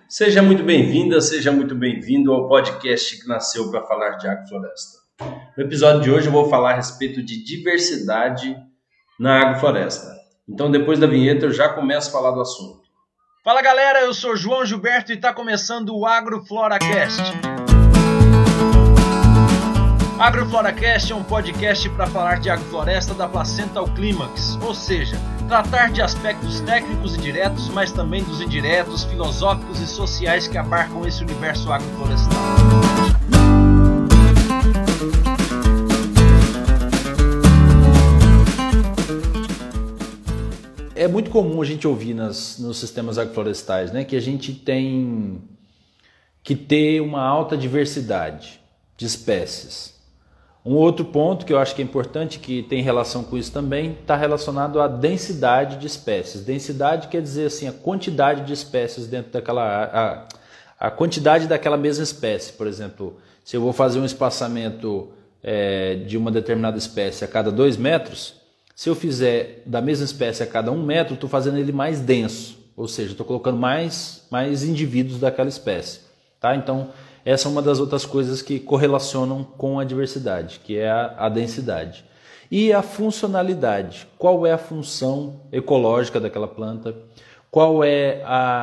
Seja muito bem-vinda, seja muito bem-vindo ao podcast que nasceu para falar de agrofloresta. No episódio de hoje eu vou falar a respeito de diversidade na agrofloresta. Então, depois da vinheta, eu já começo a falar do assunto. Fala galera, eu sou João Gilberto e está começando o AgroFloracast. AgroFloracast é um podcast para falar de agrofloresta da placenta ao clímax, ou seja, tratar de aspectos técnicos e diretos, mas também dos indiretos, filosóficos e sociais que abarcam esse universo agroflorestal. É muito comum a gente ouvir nos sistemas agroflorestais, né, que a gente tem que ter uma alta diversidade de espécies. Um outro ponto que eu acho que é importante, que tem relação com isso também, está relacionado à densidade de espécies. Densidade quer dizer assim, a quantidade de espécies dentro daquela... A quantidade daquela mesma espécie. Por exemplo, se eu vou fazer um espaçamento de uma determinada espécie a cada 2 metros, se eu fizer da mesma espécie a cada 1 metro, estou fazendo ele mais denso. Ou seja, estou colocando mais indivíduos daquela espécie. Tá? Então, essa é uma das outras coisas que correlacionam com a diversidade, que é a densidade. E a funcionalidade. Qual é a função ecológica daquela planta? Qual é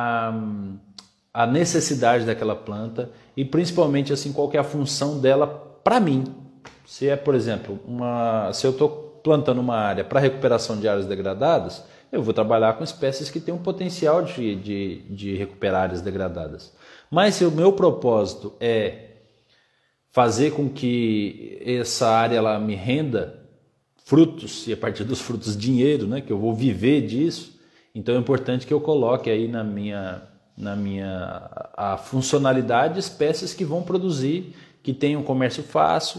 a necessidade daquela planta? E principalmente, assim, qual que é a função dela para mim? Se é, por exemplo, se eu estou plantando uma área para recuperação de áreas degradadas, eu vou trabalhar com espécies que têm um potencial de recuperar áreas degradadas. Mas se o meu propósito é fazer com que essa área ela me renda frutos, e a partir dos frutos dinheiro, né, que eu vou viver disso, então é importante que eu coloque aí na minha a funcionalidade espécies que vão produzir, que tenham comércio fácil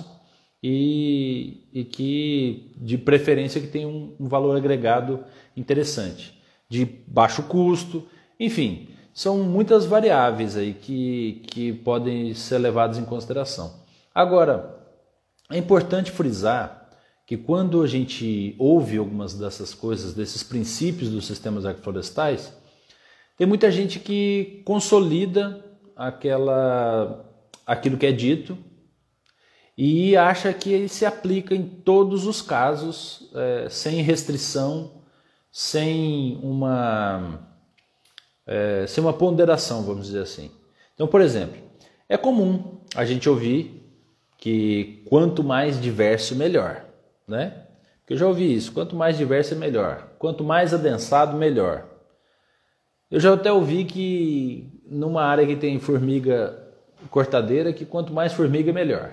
e que, de preferência, que tenham um valor agregado interessante, de baixo custo, enfim. São muitas variáveis aí que podem ser levadas em consideração. Agora, é importante frisar que quando a gente ouve algumas dessas coisas, desses princípios dos sistemas agroflorestais, tem muita gente que consolida aquilo que é dito e acha que ele se aplica em todos os casos, sem restrição, sem uma ponderação, vamos dizer assim. Então, por exemplo, é comum a gente ouvir que quanto mais diverso, melhor, né? Porque eu já ouvi isso, quanto mais diverso é melhor, quanto mais adensado, melhor. Eu já até ouvi que numa área que tem formiga cortadeira, que quanto mais formiga, melhor.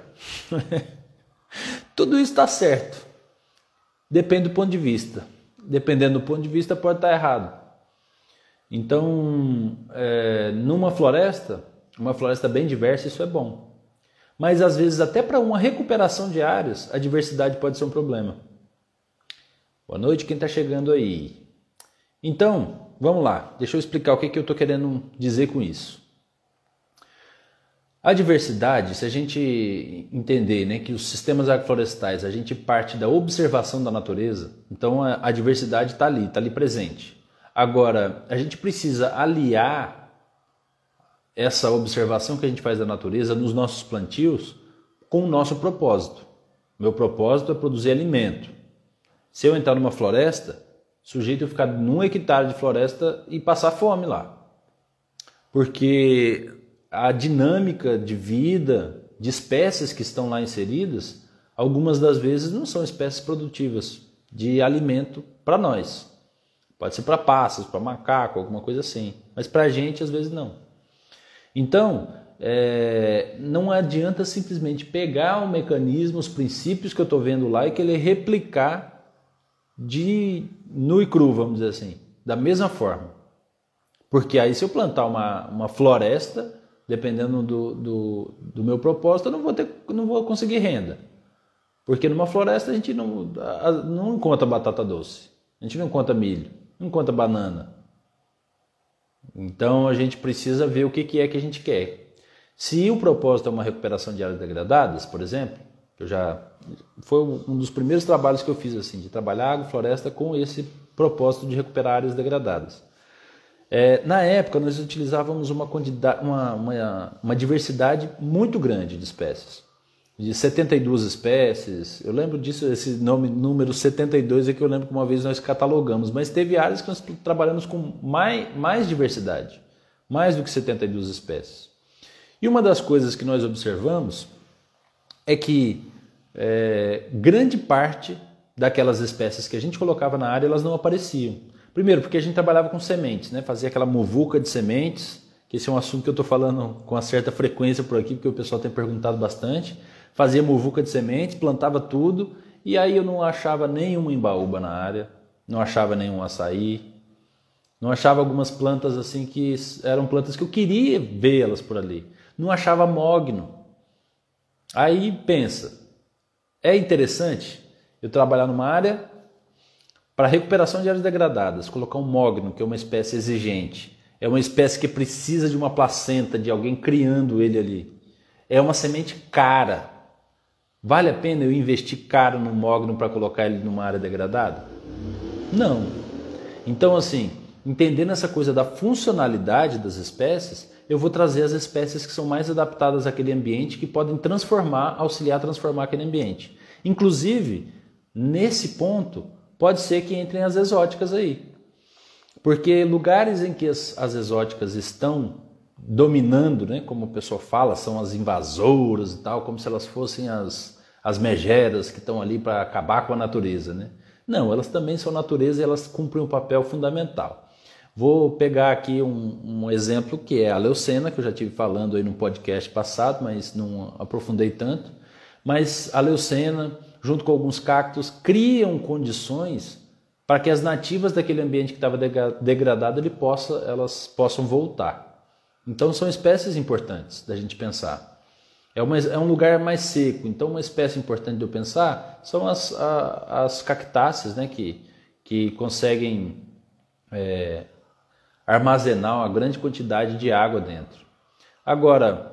Tudo isso está certo, depende do ponto de vista. Dependendo do ponto de vista, pode estar errado. Então, numa floresta, uma floresta bem diversa, isso é bom. Mas, às vezes, até para uma recuperação de áreas, a diversidade pode ser um problema. Boa noite, quem está chegando aí. Então, vamos lá. Deixa eu explicar o que eu estou querendo dizer com isso. A diversidade, se a gente entender, né, que os sistemas agroflorestais, a gente parte da observação da natureza, então a diversidade está ali presente. Agora, a gente precisa aliar essa observação que a gente faz da natureza nos nossos plantios com o nosso propósito. Meu propósito é produzir alimento. Se eu entrar numa floresta, sujeito eu ficar num hectare de floresta e passar fome lá. Porque a dinâmica de vida de espécies que estão lá inseridas, algumas das vezes não são espécies produtivas de alimento para nós. Pode ser para pássaros, para macaco, alguma coisa assim. Mas para a gente, às vezes, não. Então, não adianta simplesmente pegar o mecanismo, os princípios que eu estou vendo lá e querer replicar de nu e cru, vamos dizer assim, da mesma forma. Porque aí, se eu plantar uma floresta, dependendo do meu propósito, eu não vou conseguir renda. Porque numa floresta a gente não encontra batata doce, a gente não encontra milho, não encontra banana. Então a gente precisa ver o que é que a gente quer. Se o propósito é uma recuperação de áreas degradadas, por exemplo, foi um dos primeiros trabalhos que eu fiz, assim, de trabalhar agrofloresta com esse propósito de recuperar áreas degradadas. Na época, nós utilizávamos uma diversidade muito grande de espécies, de 72 espécies. Eu lembro disso, esse número 72 é que eu lembro que uma vez nós catalogamos, mas teve áreas que nós trabalhamos com mais diversidade, mais do que 72 espécies. E uma das coisas que nós observamos é que grande parte daquelas espécies que a gente colocava na área, elas não apareciam. Primeiro, porque a gente trabalhava com sementes, né? Fazia aquela muvuca de sementes, que esse é um assunto que eu estou falando com uma certa frequência por aqui, porque o pessoal tem perguntado bastante. Fazia muvuca de sementes, plantava tudo, e aí eu não achava nenhum embaúba na área, não achava nenhum açaí, não achava algumas plantas assim que eram plantas que eu queria vê-las por ali. Não achava mogno. Aí pensa, é interessante eu trabalhar numa área para recuperação de áreas degradadas, colocar um mogno, que é uma espécie exigente, é uma espécie que precisa de uma placenta, de alguém criando ele ali. É uma semente cara. Vale a pena eu investir caro no mogno para colocar ele numa área degradada? Não. Então, assim, entendendo essa coisa da funcionalidade das espécies, eu vou trazer as espécies que são mais adaptadas àquele ambiente, que podem auxiliar a transformar aquele ambiente. Inclusive, nesse ponto, pode ser que entrem as exóticas aí. Porque lugares em que as exóticas estão dominando, né, como o pessoal fala, são as invasoras e tal, como se elas fossem as megeras que estão ali para acabar com a natureza, né? Não, elas também são natureza e elas cumprem um papel fundamental. Vou pegar aqui um exemplo que é a leucena, que eu já estive falando aí no podcast passado, mas não aprofundei tanto. Mas a leucena, junto com alguns cactos, criam condições para que as nativas daquele ambiente que estava degradado elas possam voltar. Então são espécies importantes da gente pensar. É um lugar mais seco, então uma espécie importante de eu pensar são as cactáceas, né, que conseguem armazenar uma grande quantidade de água dentro. Agora,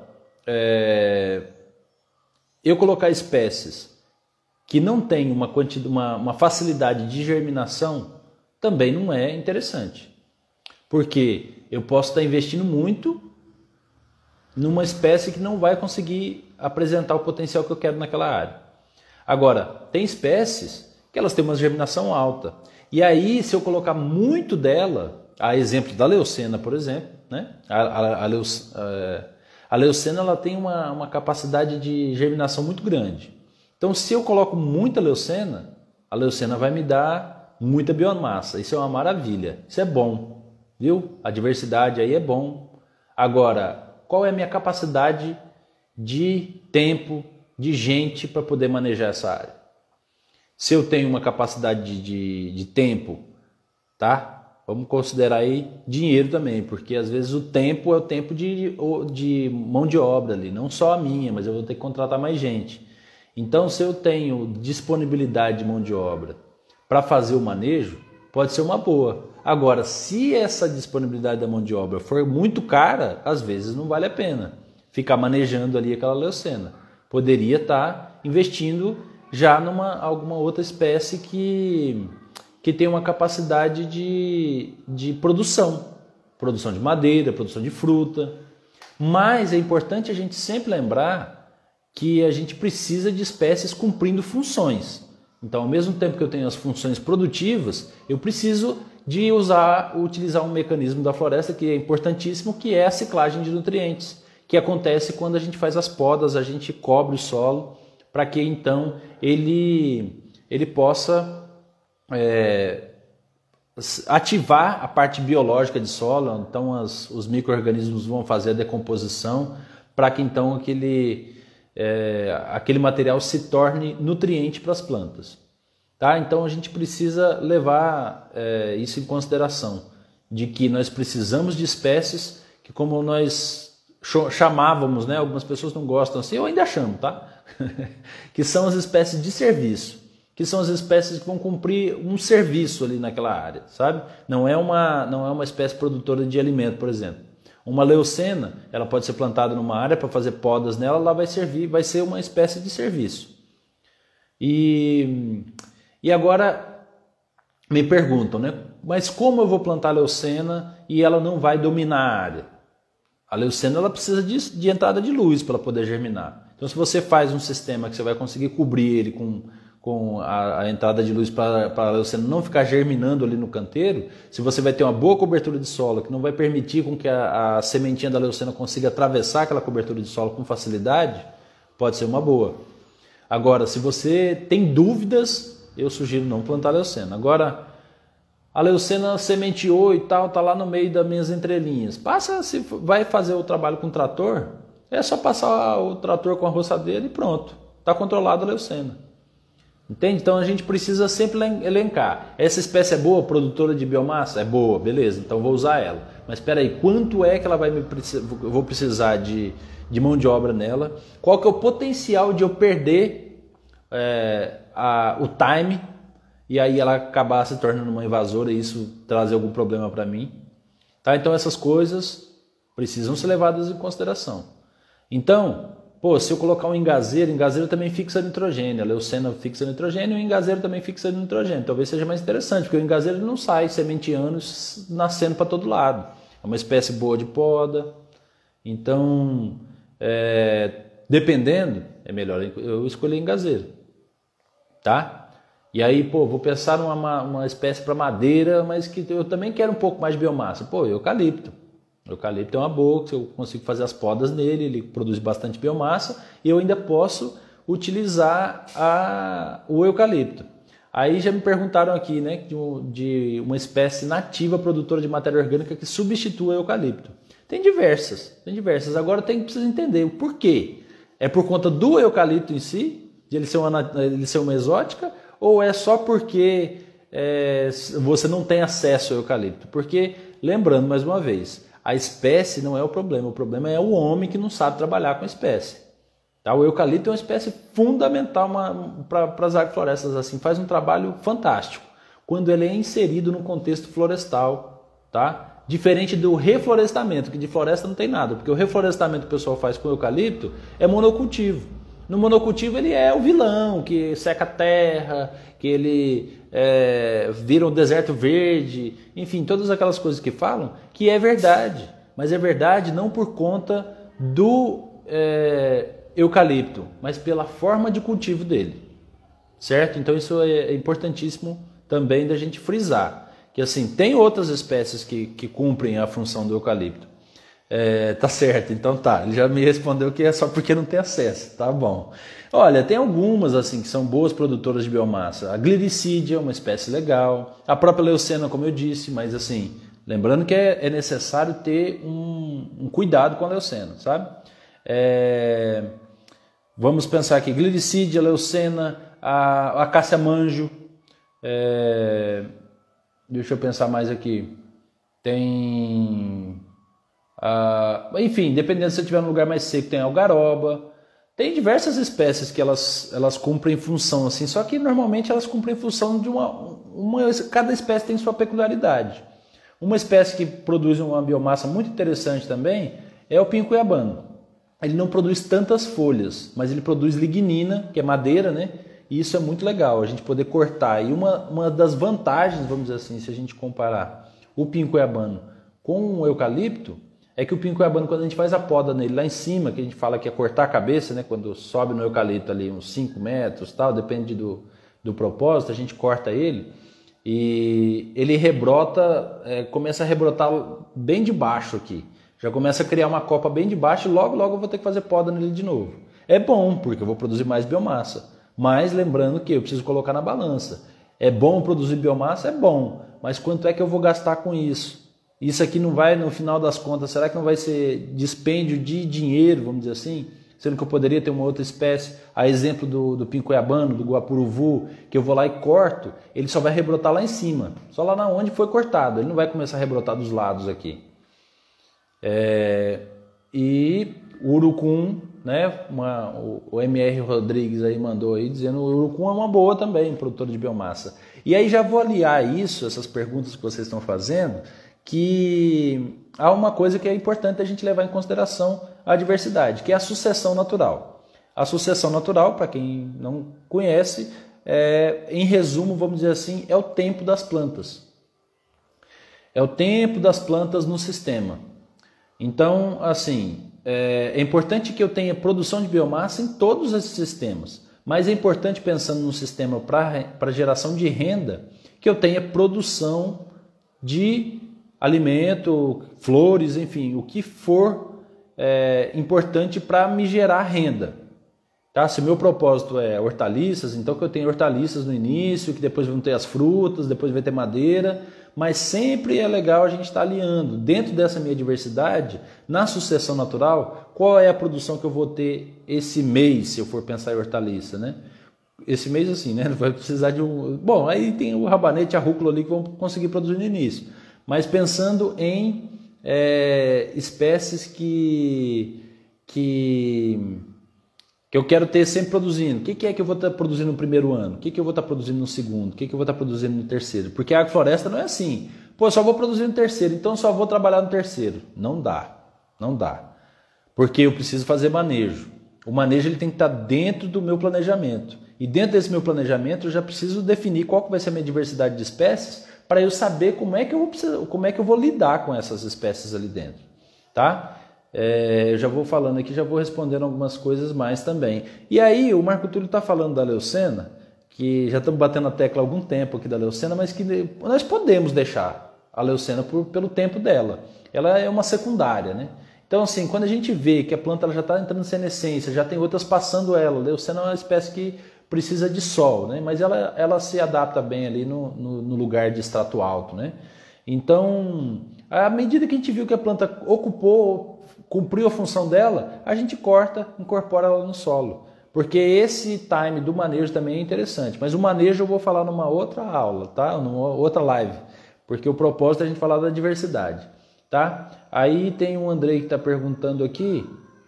eu colocar espécies que não têm uma facilidade de germinação também não é interessante. Porque eu posso estar investindo muito numa espécie que não vai conseguir apresentar o potencial que eu quero naquela área. Agora, tem espécies que elas têm uma germinação alta. E aí, se eu colocar muito dela, a exemplo da leucena, por exemplo, né? A leucena ela tem uma capacidade de germinação muito grande. Então, se eu coloco muita leucena, a leucena vai me dar muita biomassa. Isso é uma maravilha. Isso é bom, viu? A diversidade aí é bom. Agora, qual é a minha capacidade de tempo, de gente para poder manejar essa área? Se eu tenho uma capacidade de tempo, tá? Vamos considerar aí dinheiro também, porque às vezes o tempo é o tempo de mão de obra ali, não só a minha, mas eu vou ter que contratar mais gente. Então, se eu tenho disponibilidade de mão de obra para fazer o manejo, pode ser uma boa. Agora, se essa disponibilidade da mão de obra for muito cara, às vezes não vale a pena ficar manejando ali aquela leucena. Poderia estar investindo já alguma outra espécie que tem uma capacidade de produção de madeira, produção de fruta. Mas é importante a gente sempre lembrar que a gente precisa de espécies cumprindo funções. Então, ao mesmo tempo que eu tenho as funções produtivas, eu preciso de utilizar um mecanismo da floresta que é importantíssimo, que é a ciclagem de nutrientes, que acontece quando a gente faz as podas, a gente cobre o solo, para que então ele possa ativar a parte biológica de solo. Então os micro-organismos vão fazer a decomposição para que então aquele material se torne nutriente para as plantas. Tá? Então a gente precisa levar isso em consideração, de que nós precisamos de espécies que, como nós chamávamos, né? Algumas pessoas não gostam assim, eu ainda chamo, tá? Que são as espécies de serviço, que são as espécies que vão cumprir um serviço ali naquela área, sabe? Não é uma espécie produtora de alimento, por exemplo. Uma leucena, ela pode ser plantada numa área para fazer podas nela, ela vai ser uma espécie de serviço. E agora me perguntam, né? Mas como eu vou plantar a leucena e ela não vai dominar a área? A leucena ela precisa de entrada de luz para poder germinar. Então, se você faz um sistema que você vai conseguir cobrir ele com a entrada de luz para a leucena não ficar germinando ali no canteiro, se você vai ter uma boa cobertura de solo, que não vai permitir com que a sementinha da leucena consiga atravessar aquela cobertura de solo com facilidade, pode ser uma boa. Agora, se você tem dúvidas, eu sugiro não plantar a leucena. Agora, a leucena sementeou e tal, está lá no meio das minhas entrelinhas. Se vai fazer o trabalho com o trator, é só passar o trator com a roçadeira e pronto. Está controlada a leucena. Entende? Então a gente precisa sempre elencar. Essa espécie é boa, produtora de biomassa? É boa, beleza, então vou usar ela. Mas espera aí, quanto é que ela eu vou precisar de mão de obra nela? Qual que é o potencial de eu perder o time e aí ela acabar se tornando uma invasora e isso trazer algum problema para mim? Tá? Então essas coisas precisam ser levadas em consideração. Então, se eu colocar um engazeiro, também fixa nitrogênio, a leucena fixa nitrogênio e o engazeiro também fixa nitrogênio. Talvez seja mais interessante, porque o engazeiro não sai sementeando, nascendo para todo lado. É uma espécie boa de poda. Então, dependendo, é melhor eu escolher engazeiro. Tá? E aí, vou pensar numa espécie para madeira, mas que eu também quero um pouco mais de biomassa. Eucalipto. O eucalipto é uma boa, eu consigo fazer as podas nele, ele produz bastante biomassa e eu ainda posso utilizar o eucalipto. Aí já me perguntaram aqui, né, de uma espécie nativa produtora de matéria orgânica que substitua o eucalipto. Tem diversas. Agora precisa entender o porquê. É por conta do eucalipto em si, de ele ser uma exótica, ou é só porque você não tem acesso ao eucalipto? Porque, lembrando mais uma vez, a espécie não é o problema é o homem que não sabe trabalhar com a espécie. Tá? O eucalipto é uma espécie fundamental para as agroflorestas, assim, faz um trabalho fantástico quando ele é inserido no contexto florestal, tá? Diferente do reflorestamento, que de floresta não tem nada, porque o reflorestamento que o pessoal faz com o eucalipto é monocultivo. No monocultivo ele é o vilão, que seca a terra, que ele vira um deserto verde, enfim, todas aquelas coisas que falam, que é verdade. Mas é verdade não por conta do eucalipto, mas pela forma de cultivo dele. Certo? Então isso é importantíssimo também da gente frisar. Que assim, tem outras espécies que cumprem a função do eucalipto. Tá certo, então tá, ele já me respondeu que é só porque não tem acesso, tá bom. Olha, tem algumas assim que são boas produtoras de biomassa. A Gliricidia é uma espécie legal, a própria leucena, como eu disse, mas assim, lembrando que é necessário ter um cuidado com a leucena, sabe? Vamos pensar aqui, Gliricidia, leucena, a Cássia manjo, deixa eu pensar mais aqui, tem... enfim, dependendo se você estiver num lugar mais seco, tem algaroba, tem diversas espécies que elas cumprem função assim, só que normalmente elas cumprem função de cada espécie tem sua peculiaridade. Uma espécie que produz uma biomassa muito interessante também é o pinho-cuiabano. Ele não produz tantas folhas, mas ele produz lignina, que é madeira, né? E isso é muito legal, a gente poder cortar. E uma das vantagens, vamos dizer assim, se a gente comparar o pinho-cuiabano com o eucalipto, é que o pinho-cuiabano, quando a gente faz a poda nele lá em cima, que a gente fala que é cortar a cabeça, né, quando sobe no eucalipto ali uns 5 metros, tal, depende do propósito, a gente corta ele e ele rebrota, começa a rebrotar bem de baixo aqui. Já começa a criar uma copa bem de baixo e logo eu vou ter que fazer poda nele de novo. É bom, porque eu vou produzir mais biomassa, mas lembrando que eu preciso colocar na balança. É bom produzir biomassa? É bom, mas quanto é que eu vou gastar com isso? Isso aqui não vai, no final das contas, será que não vai ser dispêndio de dinheiro, vamos dizer assim? Sendo que eu poderia ter uma outra espécie, a exemplo do pinho-cuiabano, do guapuruvu, que eu vou lá e corto, ele só vai rebrotar lá em cima, só lá onde foi cortado, ele não vai começar a rebrotar dos lados aqui. E o urucum, né, o MR Rodrigues aí mandou aí, dizendo que o urucum é uma boa também, produtor de biomassa. E aí já vou aliar isso, essas perguntas que vocês estão fazendo, que há uma coisa que é importante a gente levar em consideração a diversidade, que é a sucessão natural. A sucessão natural, para quem não conhece, em resumo, vamos dizer assim, é o tempo das plantas. É o tempo das plantas no sistema. Então, assim, é importante que eu tenha produção de biomassa em todos esses sistemas. Mas é importante, pensando no sistema para geração de renda, que eu tenha produção de alimento, flores, enfim, o que for importante para me gerar renda. Tá? Se o meu propósito é hortaliças, então que eu tenha hortaliças no início, que depois vão ter as frutas, depois vai ter madeira, mas sempre é legal a gente estar alinhando, dentro dessa minha diversidade, na sucessão natural, qual é a produção que eu vou ter esse mês, se eu for pensar em hortaliça, né? Esse mês assim, né? Vai precisar de um... Bom, aí tem o rabanete, a rúcula ali que vão conseguir produzir no início. Mas pensando em espécies que eu quero ter sempre produzindo. O que é que eu vou estar produzindo no primeiro ano? O que eu vou estar produzindo no segundo? O que eu vou estar produzindo no terceiro? Porque a agrofloresta não é assim. Pô, só vou produzir no terceiro, então só vou trabalhar no terceiro. Não dá. Não dá. Porque eu preciso fazer manejo. O manejo ele tem que estar dentro do meu planejamento. E dentro desse meu planejamento eu já preciso definir qual que vai ser a minha diversidade de espécies para eu saber como é que eu vou lidar com essas espécies ali dentro. Tá? Eu já vou falando aqui, já vou respondendo algumas coisas mais também. E aí o Marco Túlio está falando da leucena, que já estamos batendo a tecla há algum tempo aqui da leucena, mas que nós podemos deixar a leucena pelo tempo dela. Ela é uma secundária, né? Então assim, quando a gente vê que a planta ela já está entrando em senescência, já tem outras passando ela, a leucena é uma espécie que precisa de sol, né? Mas ela se adapta bem ali no lugar de extrato alto, né? Então, à medida que a gente viu que a planta cumpriu a função dela, a gente corta, incorpora ela no solo. Porque esse time do manejo também é interessante. Mas o manejo eu vou falar numa outra aula, tá? Numa outra live. Porque o propósito é a gente falar da diversidade, tá? Aí tem um Andrei que está perguntando aqui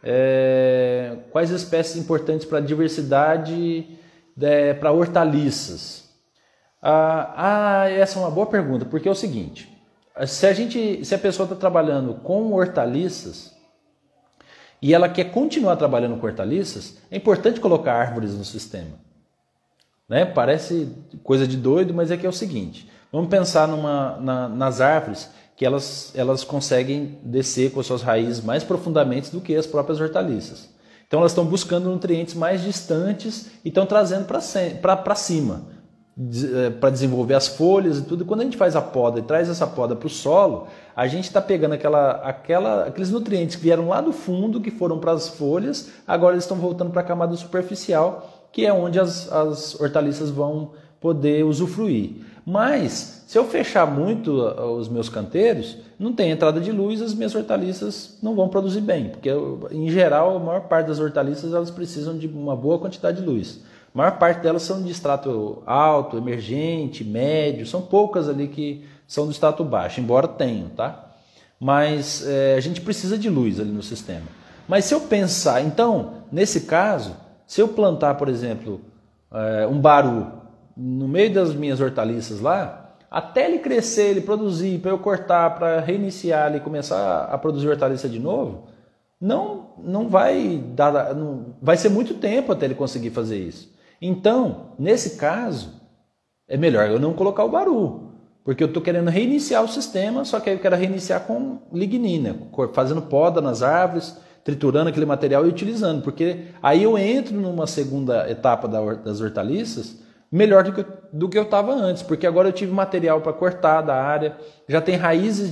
quais espécies importantes para a diversidade para hortaliças. Essa é uma boa pergunta, porque é o seguinte, se a pessoa está trabalhando com hortaliças e ela quer continuar trabalhando com hortaliças, é importante colocar árvores no sistema. Né? Parece coisa de doido, mas é que é o seguinte, vamos pensar nas árvores que elas conseguem descer com as suas raízes mais profundamente do que as próprias hortaliças. Então elas estão buscando nutrientes mais distantes e estão trazendo para cima, para desenvolver as folhas e tudo. E quando a gente faz a poda e traz essa poda para o solo, a gente está pegando aqueles nutrientes que vieram lá do fundo, que foram para as folhas, agora eles estão voltando para a camada superficial, que é onde as hortaliças vão poder usufruir. Mas, se eu fechar muito os meus canteiros, não tem entrada de luz, as minhas hortaliças não vão produzir bem. Porque, em geral, a maior parte das hortaliças elas precisam de uma boa quantidade de luz. A maior parte delas são de extrato alto, emergente, médio. São poucas ali que são do extrato baixo, embora tenham, tá? Mas a gente precisa de luz ali no sistema. Mas se eu pensar, então, nesse caso, se eu plantar, por exemplo, um baru no meio das minhas hortaliças lá, até ele crescer, ele produzir, para eu cortar, para reiniciar ele e começar a produzir hortaliça de novo, não vai dar, vai ser muito tempo até ele conseguir fazer isso. Então, nesse caso, é melhor eu não colocar o baru, porque eu estou querendo reiniciar o sistema, só que aí eu quero reiniciar com lignina, fazendo poda nas árvores, triturando aquele material e utilizando, porque aí eu entro numa segunda etapa das hortaliças melhor do que eu estava antes, porque agora eu tive material para cortar da área, já tem raízes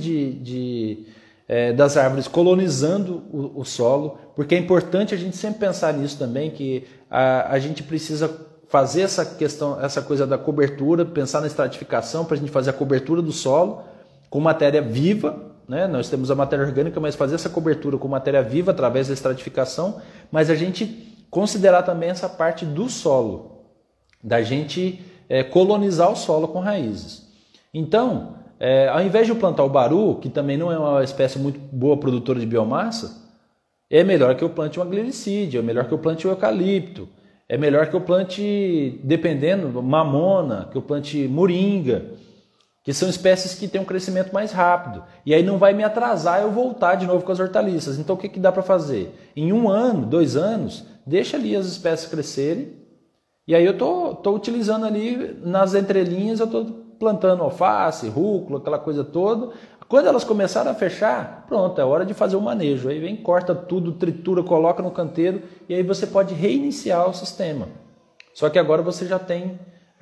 das árvores colonizando o solo, porque é importante a gente sempre pensar nisso também, que a gente precisa fazer essa coisa da cobertura, pensar na estratificação para a gente fazer a cobertura do solo com matéria viva, né? Nós temos a matéria orgânica, mas fazer essa cobertura com matéria viva através da estratificação, mas a gente considerar também essa parte do solo, da gente colonizar o solo com raízes. Então, ao invés de eu plantar o baru, que também não é uma espécie muito boa produtora de biomassa, é melhor que eu plante uma glericídia, é melhor que eu plante o eucalipto, é melhor que eu plante, dependendo, mamona, que eu plante moringa, que são espécies que têm um crescimento mais rápido. E aí não vai me atrasar eu voltar de novo com as hortaliças. Então o que dá para fazer? Em 1 ano, 2 anos, deixa ali as espécies crescerem. E aí eu estou utilizando ali nas entrelinhas, eu estou plantando alface, rúcula, aquela coisa toda, Quando elas começaram a fechar, pronto, é hora de fazer o manejo. Aí vem, corta tudo, tritura, coloca no canteiro e aí você pode reiniciar o sistema. Só que agora você já tem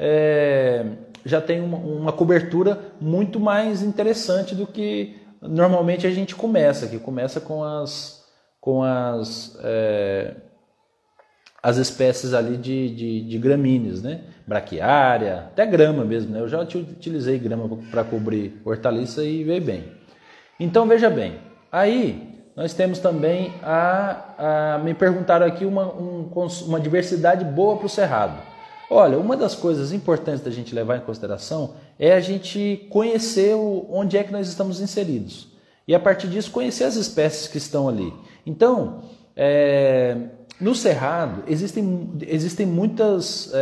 uma cobertura muito mais interessante do que normalmente a gente começa, que começa com as espécies ali de gramíneas, né? Braquiária, até grama mesmo, né? Eu já utilizei grama para cobrir hortaliça e veio bem. Então veja bem, aí nós temos também me perguntaram aqui uma diversidade boa para o cerrado. Olha, uma das coisas importantes da gente levar em consideração é a gente conhecer onde é que nós estamos inseridos. E a partir disso conhecer as espécies que estão ali. Então, no cerrado existem muitas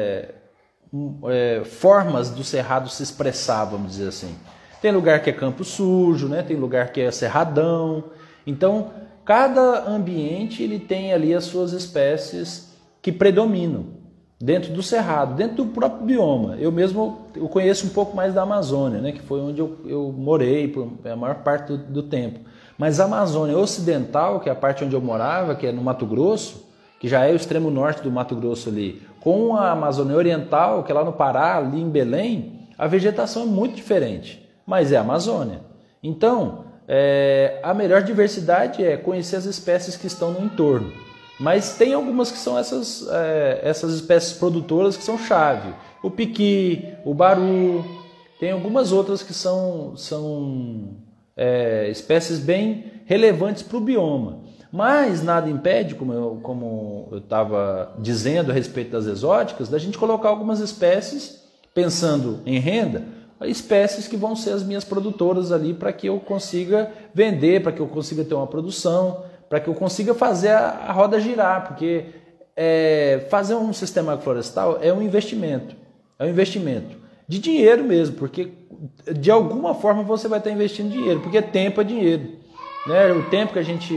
formas do cerrado se expressar, vamos dizer assim. Tem lugar que é campo sujo, né? Tem lugar que é cerradão. Então, cada ambiente ele tem ali as suas espécies que predominam dentro do cerrado, dentro do próprio bioma. Eu conheço um pouco mais da Amazônia, né? Que foi onde eu morei por a maior parte do tempo. Mas a Amazônia Ocidental, que é a parte onde eu morava, que é no Mato Grosso, que já é o extremo norte do Mato Grosso ali, com a Amazônia Oriental, que é lá no Pará, ali em Belém, a vegetação é muito diferente, mas é a Amazônia. Então, a melhor diversidade é conhecer as espécies que estão no entorno. Mas tem algumas que são essas espécies produtoras que são chave. O piqui, o baru, tem algumas outras que são espécies bem relevantes para o bioma. Mas nada impede, como eu estava dizendo a respeito das exóticas, da gente colocar algumas espécies, pensando em renda, espécies que vão ser as minhas produtoras ali para que eu consiga vender, para que eu consiga ter uma produção, para que eu consiga fazer a roda girar, porque fazer um sistema agroflorestal é um investimento de dinheiro mesmo, porque de alguma forma você vai estar investindo dinheiro, porque tempo é dinheiro, né? O tempo que a gente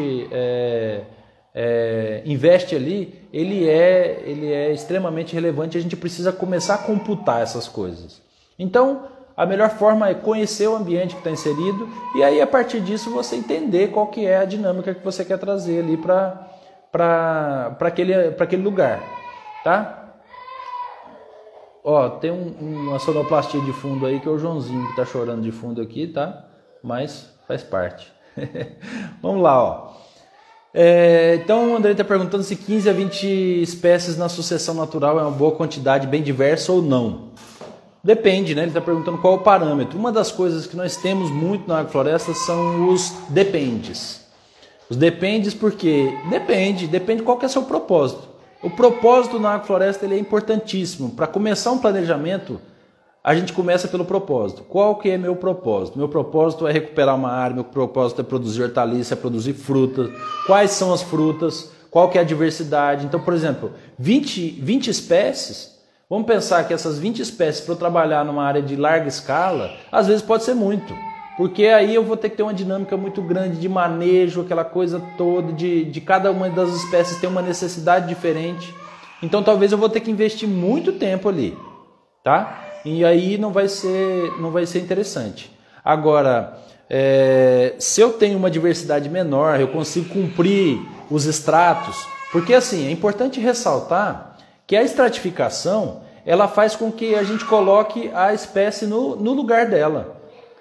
investe ali, ele é extremamente relevante, a gente precisa começar a computar essas coisas. Então, a melhor forma é conhecer o ambiente que está inserido e aí, a partir disso, você entender qual que é a dinâmica que você quer trazer ali para aquele lugar, tá? Ó, tem uma sonoplastia de fundo aí que é o Joãozinho que está chorando de fundo aqui, tá? Mas faz parte. Vamos lá, ó. Então o André está perguntando se 15 a 20 espécies na sucessão natural é uma boa quantidade, bem diversa ou não. Depende, né? Ele está perguntando qual é o parâmetro. Uma das coisas que nós temos muito na agrofloresta são os dependes. Os dependes porque depende qual que é o seu propósito. O propósito na agrofloresta ele é importantíssimo. Para começar um planejamento, a gente começa pelo propósito. Qual que é meu propósito? Meu propósito é recuperar uma área, meu propósito é produzir hortaliça, é produzir frutas. Quais são as frutas? Qual que é a diversidade? Então, por exemplo, 20 espécies... Vamos pensar que essas 20 espécies para eu trabalhar numa área de larga escala, às vezes pode ser muito, porque aí eu vou ter que ter uma dinâmica muito grande de manejo, aquela coisa toda, de cada uma das espécies ter uma necessidade diferente. Então talvez eu vou ter que investir muito tempo ali, tá? E aí não vai ser interessante. Agora, se eu tenho uma diversidade menor, eu consigo cumprir os estratos, porque assim, é importante ressaltar que a estratificação ela faz com que a gente coloque a espécie no lugar dela.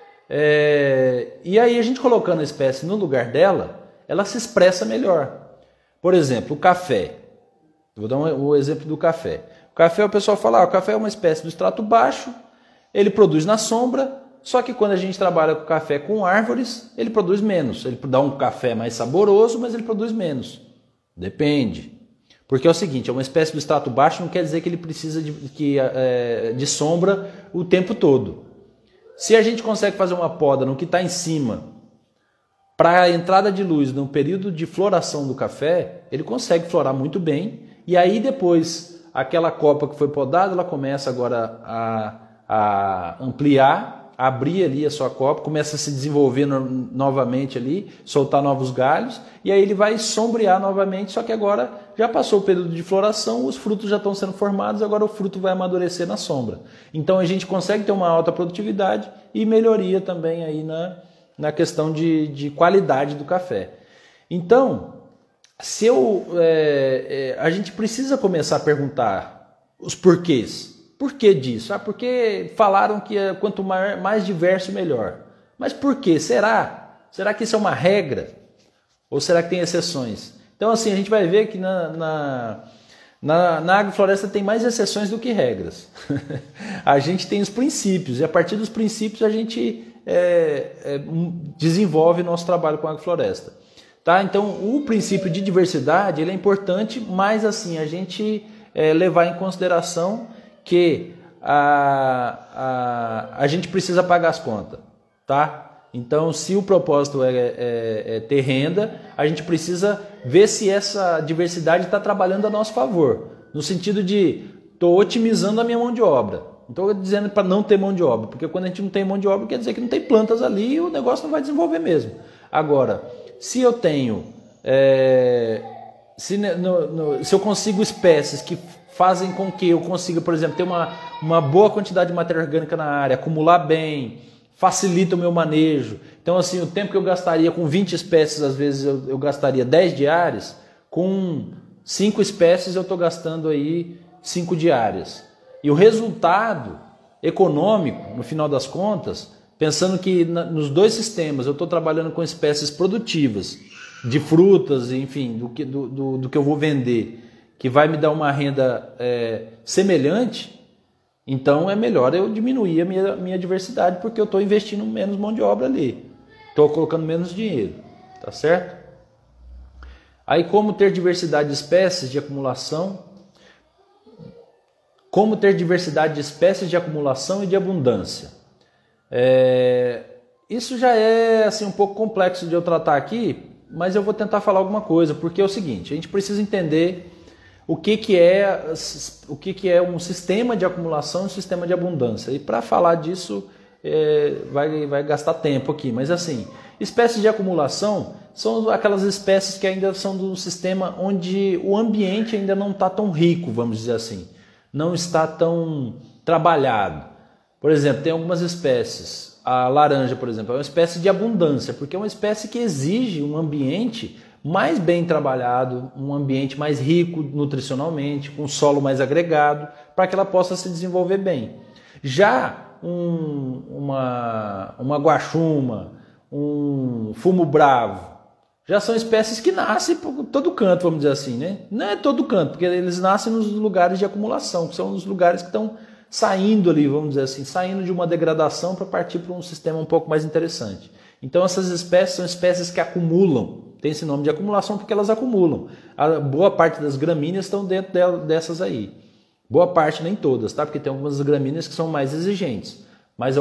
E aí a gente colocando a espécie no lugar dela, ela se expressa melhor. Por exemplo, o café. Vou dar o exemplo do café. O café, o pessoal fala, o café é uma espécie do extrato baixo, ele produz na sombra, só que quando a gente trabalha com café com árvores, ele produz menos. Ele dá um café mais saboroso, mas ele produz menos. Depende. Porque é o seguinte, é uma espécie do extrato baixo, não quer dizer que ele precisa de sombra o tempo todo. Se a gente consegue fazer uma poda no que está em cima, para a entrada de luz no período de floração do café, ele consegue florar muito bem, e aí depois, aquela copa que foi podada, ela começa agora a ampliar, a abrir ali a sua copa, começa a se desenvolver novamente ali, soltar novos galhos, e aí ele vai sombrear novamente, só que agora já passou o período de floração, os frutos já estão sendo formados, agora o fruto vai amadurecer na sombra. Então a gente consegue ter uma alta produtividade e melhoria também aí na questão de qualidade do café. Então, a gente precisa começar a perguntar os porquês. Por que disso? Porque falaram que quanto mais diverso, melhor. Mas por quê? Será? Será que isso é uma regra? Ou será que tem exceções? Então, assim, a gente vai ver que na agrofloresta tem mais exceções do que regras. A gente tem os princípios, e a partir dos princípios a gente desenvolve nosso trabalho com a agrofloresta. Tá? Então, o princípio de diversidade ele é importante, mas assim, a gente levar em consideração que a gente precisa pagar as contas. Tá? Então, se o propósito é ter renda, a gente precisa ver se essa diversidade está trabalhando a nosso favor. No sentido de, estou otimizando a minha mão de obra. Não estou dizendo para não ter mão de obra, porque quando a gente não tem mão de obra, quer dizer que não tem plantas ali e o negócio não vai desenvolver mesmo. Agora, se eu tenho... se eu consigo espécies que fazem com que eu consiga, por exemplo, ter uma boa quantidade de matéria orgânica na área, acumular bem... facilita o meu manejo. Então, assim, o tempo que eu gastaria com 20 espécies, às vezes eu gastaria 10 diárias, com 5 espécies eu estou gastando aí 5 diárias. E o resultado econômico, no final das contas, pensando que nos dois sistemas eu estou trabalhando com espécies produtivas, de frutas, enfim, do que eu vou vender, que vai me dar uma renda semelhante. Então é melhor eu diminuir a minha diversidade, porque eu estou investindo menos mão de obra ali. Estou colocando menos dinheiro. Tá certo? Aí como ter diversidade de espécies de acumulação? Como ter diversidade de espécies de acumulação e de abundância? Isso já é assim, um pouco complexo de eu tratar aqui, mas eu vou tentar falar alguma coisa, porque é o seguinte, a gente precisa entender... O que é um sistema de acumulação e um sistema de abundância. E para falar disso vai gastar tempo aqui. Mas assim, espécies de acumulação são aquelas espécies que ainda são do sistema onde o ambiente ainda não está tão rico, vamos dizer assim. Não está tão trabalhado. Por exemplo, tem algumas espécies. A laranja, por exemplo, é uma espécie de abundância, porque é uma espécie que exige um ambiente mais bem trabalhado, um ambiente mais rico nutricionalmente, com solo mais agregado, para que ela possa se desenvolver bem. Já uma guaxuma, um fumo bravo, já são espécies que nascem por todo canto, vamos dizer assim, né? Não é todo canto, porque eles nascem nos lugares de acumulação, que são os lugares que estão saindo ali, vamos dizer assim, saindo de uma degradação para partir para um sistema um pouco mais interessante. Então essas espécies são espécies que acumulam. Tem esse nome de acumulação porque elas acumulam. A boa parte das gramíneas estão dentro dessas Boa parte, nem todas, tá? Porque tem algumas gramíneas que são mais exigentes. Mas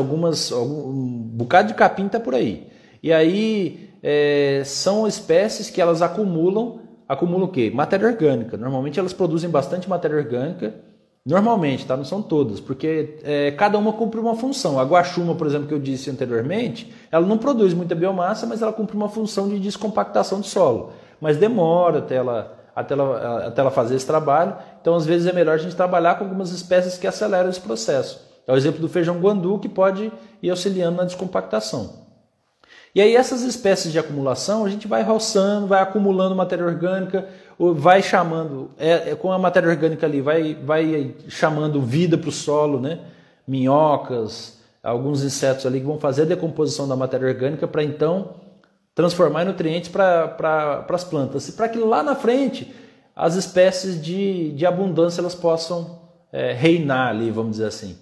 um bocado de capim está por aí. E aí são espécies que elas acumulam o quê? Matéria orgânica. Normalmente elas produzem bastante matéria orgânica. Normalmente, tá? Não são todas, porque cada uma cumpre uma função. A guaxuma, por exemplo, que eu disse anteriormente, ela não produz muita biomassa, mas ela cumpre uma função de descompactação de solo. Mas demora até ela fazer esse trabalho. Então, às vezes, é melhor a gente trabalhar com algumas espécies que aceleram esse processo. É o exemplo do feijão guandu, que pode ir auxiliando na descompactação. E aí, essas espécies de acumulação, a gente vai roçando, vai acumulando matéria orgânica, vai chamando, com a matéria orgânica ali, vai chamando vida para o solo, né? Minhocas, alguns insetos ali que vão fazer a decomposição da matéria orgânica para então transformar em nutrientes para as plantas. E para que lá na frente as espécies de abundância elas possam reinar ali, vamos dizer assim.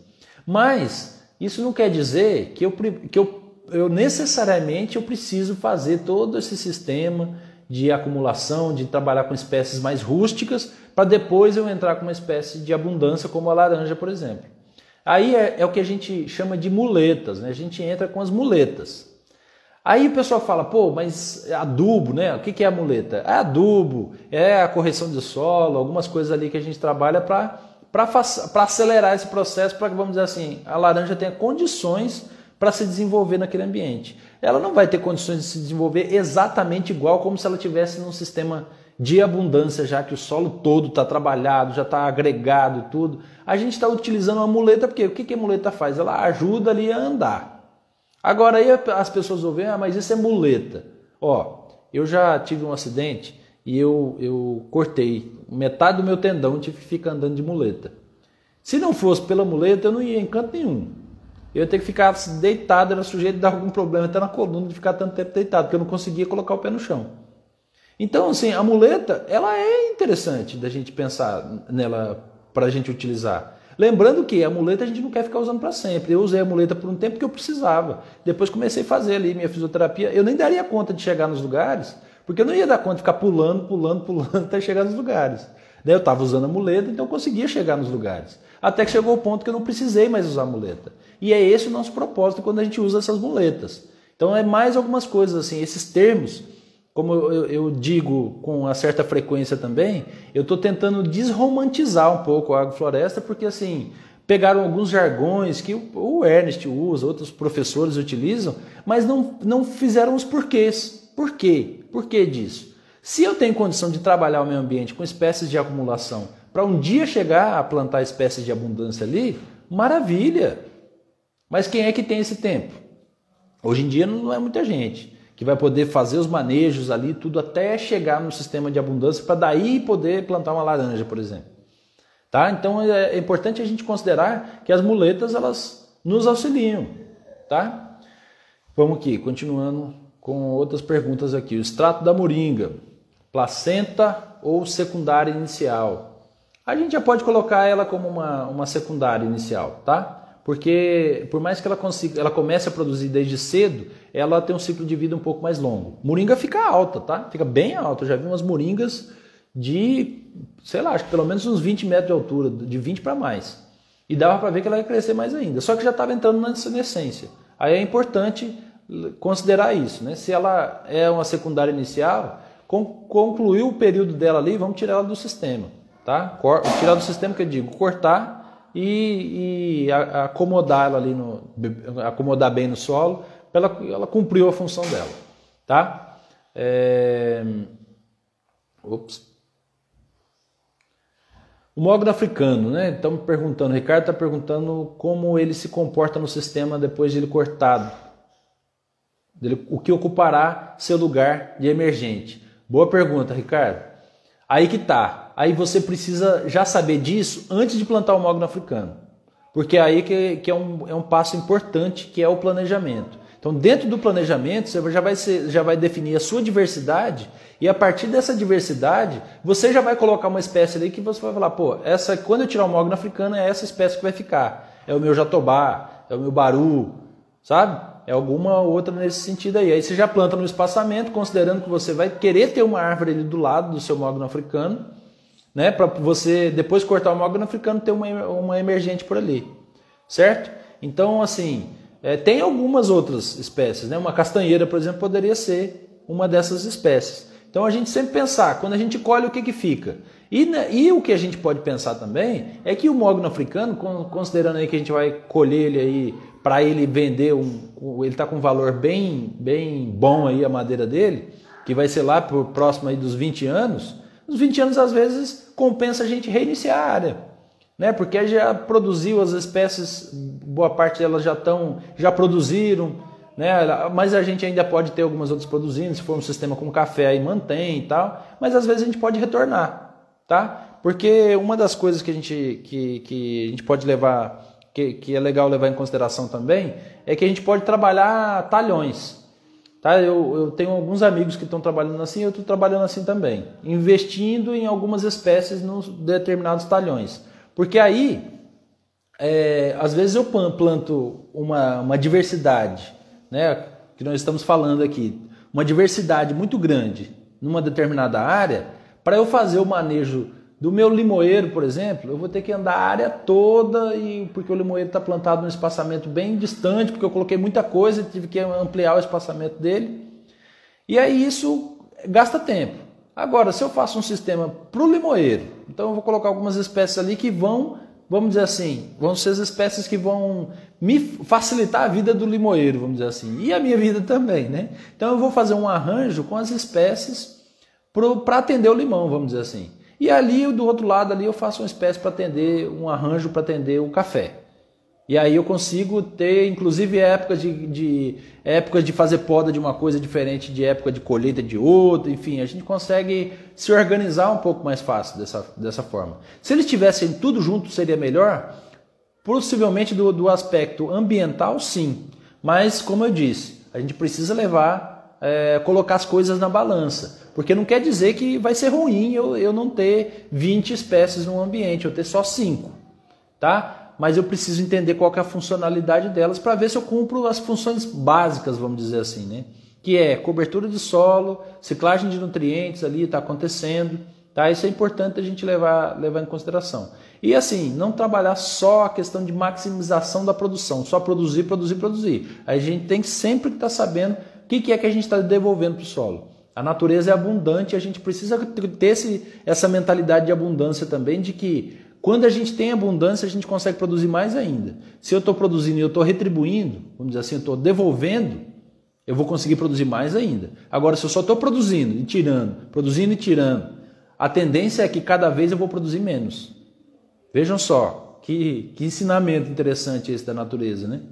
Mas isso não quer dizer que eu necessariamente preciso fazer todo esse sistema de acumulação, de trabalhar com espécies mais rústicas, para depois eu entrar com uma espécie de abundância como a laranja, por exemplo. Aí é o que a gente chama de muletas, né? A gente entra com as muletas. Aí o pessoal fala, mas adubo, né? O que é a muleta? É adubo, é a correção de solo, algumas coisas ali que a gente trabalha para acelerar esse processo, para que, vamos dizer assim, a laranja tenha condições para se desenvolver naquele ambiente. Ela não vai ter condições de se desenvolver exatamente igual como se ela estivesse num sistema de abundância, já que o solo todo está trabalhado, já está agregado e tudo. A gente está utilizando uma muleta, porque o que a muleta faz? Ela ajuda ali a andar. Agora aí as pessoas ouvem, mas isso é muleta. Ó, eu já tive um acidente e eu cortei metade do meu tendão, tive que ficar andando de muleta. Se não fosse pela muleta, eu não ia em canto nenhum. Eu ia ter que ficar deitado, era sujeito de dar algum problema até na coluna de ficar tanto tempo deitado, porque eu não conseguia colocar o pé no chão. Então, assim, a muleta, ela é interessante da gente pensar nela para a gente utilizar. Lembrando que a muleta a gente não quer ficar usando para sempre. Eu usei a muleta por um tempo que eu precisava. Depois comecei a fazer ali minha fisioterapia. Eu nem daria conta de chegar nos lugares, porque eu não ia dar conta de ficar pulando até chegar nos lugares. Daí eu estava usando a muleta, então eu conseguia chegar nos lugares. Até que chegou o ponto que eu não precisei mais usar a muleta. E é esse o nosso propósito quando a gente usa essas muletas. Então é mais algumas coisas assim, esses termos, como eu digo com uma certa frequência também, eu estou tentando desromantizar um pouco a agrofloresta, porque assim, pegaram alguns jargões que o Ernest usa, outros professores utilizam, mas não fizeram os porquês. Por quê? Por que disso? Se eu tenho condição de trabalhar o meio ambiente com espécies de acumulação, para um dia chegar a plantar espécies de abundância ali, maravilha! Mas quem é que tem esse tempo? Hoje em dia não é muita gente que vai poder fazer os manejos ali, tudo até chegar no sistema de abundância, para daí poder plantar uma laranja, por exemplo. Tá? Então é importante a gente considerar que as muletas elas nos auxiliam. Tá? Vamos aqui, continuando com outras perguntas aqui. O extrato da moringa, placenta ou secundária inicial? A gente já pode colocar ela como uma secundária inicial, tá? Porque por mais que ela comece a produzir desde cedo, ela tem um ciclo de vida um pouco mais longo. Moringa fica alta, tá? Fica bem alta. Eu já vi umas moringas de, sei lá, acho que pelo menos uns 20 metros de altura, de 20 para mais. E dava para ver que ela ia crescer mais ainda. Só que já estava entrando na senescência. Aí é importante considerar isso, né? Se ela é uma secundária inicial, concluiu o período dela ali, vamos tirar ela do sistema, tá? Tirar do sistema que eu digo, cortar e acomodar ela ali, acomodar bem no solo, para ela cumpriu a função dela, tá? O mogno africano, né? Estamos perguntando, o Ricardo está perguntando como ele se comporta no sistema depois de ele cortado. O que ocupará seu lugar de emergente? Boa pergunta, Ricardo. Aí que tá. Aí você precisa já saber disso antes de plantar o mogno africano. Porque aí que é um passo importante, que é o planejamento. Então, dentro do planejamento, você já vai definir a sua diversidade, e a partir dessa diversidade, você já vai colocar uma espécie ali que você vai falar, pô, quando eu tirar o mogno africano, é essa espécie que vai ficar. É o meu jatobá, é o meu baru, sabe? É alguma outra nesse sentido aí. Aí você já planta no espaçamento, considerando que você vai querer ter uma árvore ali do lado do seu mogno africano, né? Para você depois cortar o mogno africano ter uma emergente por ali, certo? Então, assim, tem algumas outras espécies, né? Uma castanheira, por exemplo, poderia ser uma dessas espécies. Então a gente sempre pensar, quando a gente colhe, o que fica? E o que a gente pode pensar também é que o mogno africano, considerando aí que a gente vai colher ele aí para ele vender, ele está com um valor bem bom aí a madeira dele, que vai ser lá por próximo aí dos 20 anos, nos 20 anos às vezes compensa a gente reiniciar a área, né? Porque já produziu as espécies, boa parte delas já produziram, né? Mas a gente ainda pode ter algumas outras produzindo, se for um sistema com café aí mantém e tal, mas às vezes a gente pode retornar, tá? Porque uma das coisas que a gente pode levar, que é legal levar em consideração também, é que a gente pode trabalhar talhões. Tá? Eu tenho alguns amigos que estão trabalhando assim, eu estou trabalhando assim também, investindo em algumas espécies nos determinados talhões. Porque aí, às vezes eu planto uma diversidade, né, que nós estamos falando aqui, uma diversidade muito grande numa determinada área, para eu fazer o manejo do meu limoeiro, por exemplo, eu vou ter que andar a área toda, porque o limoeiro está plantado num espaçamento bem distante, porque eu coloquei muita coisa, tive que ampliar o espaçamento dele. E aí isso gasta tempo. Agora, se eu faço um sistema para o limoeiro, então eu vou colocar algumas espécies ali que vão, vamos dizer assim, vão ser as espécies que vão me facilitar a vida do limoeiro, vamos dizer assim, e a minha vida também, né? Então eu vou fazer um arranjo com as espécies para atender o limão, vamos dizer assim. E ali, do outro lado, ali eu faço uma espécie para atender, um arranjo para atender o café. E aí eu consigo ter, inclusive, épocas de fazer poda de uma coisa diferente de época de colheita de outra. Enfim, a gente consegue se organizar um pouco mais fácil dessa forma. Se eles tivessem tudo junto, seria melhor? Possivelmente do aspecto ambiental, sim. Mas, como eu disse, a gente precisa colocar as coisas na balança. Porque não quer dizer que vai ser ruim eu não ter 20 espécies no ambiente, eu ter só 5. Tá? Mas eu preciso entender qual que é a funcionalidade delas para ver se eu cumpro as funções básicas, vamos dizer assim, né? Que é cobertura de solo, ciclagem de nutrientes ali está acontecendo, tá? Isso é importante a gente levar em consideração. E assim, não trabalhar só a questão de maximização da produção, só produzir. A gente tem que sempre estar sabendo o que é que a gente está devolvendo para o solo. A natureza é abundante e a gente precisa ter essa mentalidade de abundância também, de que quando a gente tem abundância, a gente consegue produzir mais ainda. Se eu estou produzindo e eu estou retribuindo, vamos dizer assim, eu estou devolvendo, eu vou conseguir produzir mais ainda. Agora, se eu só estou produzindo e tirando, a tendência é que cada vez eu vou produzir menos. Vejam só, que ensinamento interessante esse da natureza, né?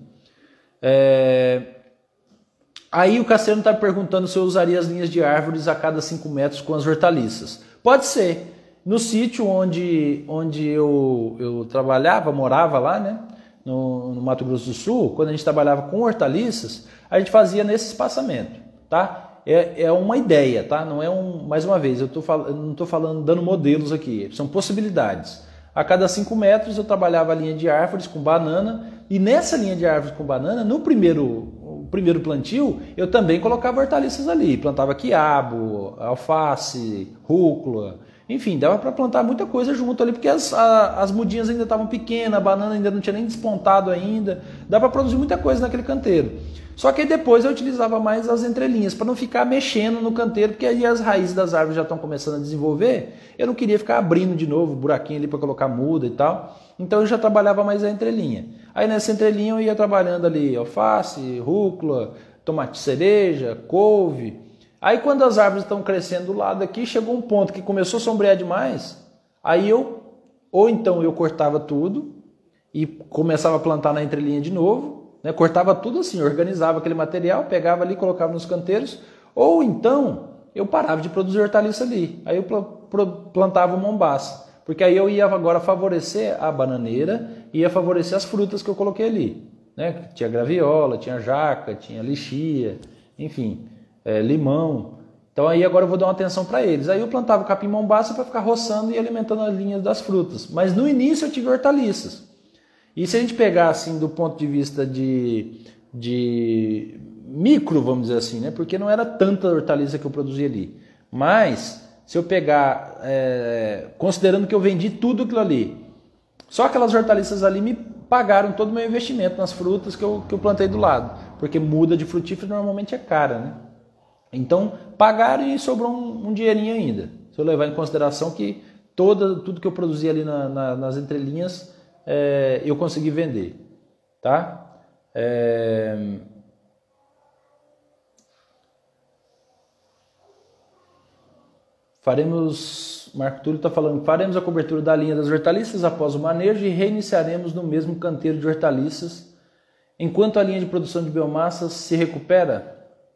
Aí o Cassiano está perguntando se eu usaria as linhas de árvores a cada 5 metros com as hortaliças. Pode ser. No sítio onde eu trabalhava, morava lá, né, no Mato Grosso do Sul, quando a gente trabalhava com hortaliças, a gente fazia nesse espaçamento, tá? É uma ideia, tá? Não é mais uma vez, eu não estou falando dando modelos aqui, são possibilidades. A cada 5 metros eu trabalhava a linha de árvores com banana, e nessa linha de árvores com banana, no primeiro plantio, eu também colocava hortaliças ali, plantava quiabo, alface, rúcula. Enfim, dava para plantar muita coisa junto ali, porque as mudinhas ainda estavam pequenas, a banana ainda não tinha nem despontado ainda. Dá para produzir muita coisa naquele canteiro. Só que depois eu utilizava mais as entrelinhas, para não ficar mexendo no canteiro, porque aí as raízes das árvores já estão começando a desenvolver. Eu não queria ficar abrindo de novo buraquinho ali para colocar muda e tal. Então eu já trabalhava mais a entrelinha. Aí nessa entrelinha eu ia trabalhando ali alface, rúcula, tomate cereja, couve. Aí quando as árvores estão crescendo do lado aqui, chegou um ponto que começou a sombrear demais, aí então eu cortava tudo e começava a plantar na entrelinha de novo, né? Cortava tudo assim, organizava aquele material, pegava ali, colocava nos canteiros, ou então eu parava de produzir hortaliça ali, aí eu plantava o mombaça, porque aí eu ia agora favorecer a bananeira e ia favorecer as frutas que eu coloquei ali, né? Tinha graviola, tinha jaca, tinha lixia, enfim... limão. Então aí agora eu vou dar uma atenção para eles. Aí eu plantava o capim-mombaça para ficar roçando e alimentando as linhas das frutas. Mas no início eu tive hortaliças. E se a gente pegar assim do ponto de vista de micro, vamos dizer assim, né? Porque não era tanta hortaliça que eu produzia ali. Mas se eu pegar, considerando que eu vendi tudo aquilo ali, só aquelas hortaliças ali me pagaram todo o meu investimento nas frutas que eu plantei do lado. Porque muda de frutífero normalmente é cara, né? Então, pagaram e sobrou um dinheirinho ainda. Se eu levar em consideração que tudo que eu produzi ali nas entrelinhas, eu consegui vender. Tá? Marco Túlio está falando, faremos a cobertura da linha das hortaliças após o manejo e reiniciaremos no mesmo canteiro de hortaliças, enquanto a linha de produção de biomassa se recupera.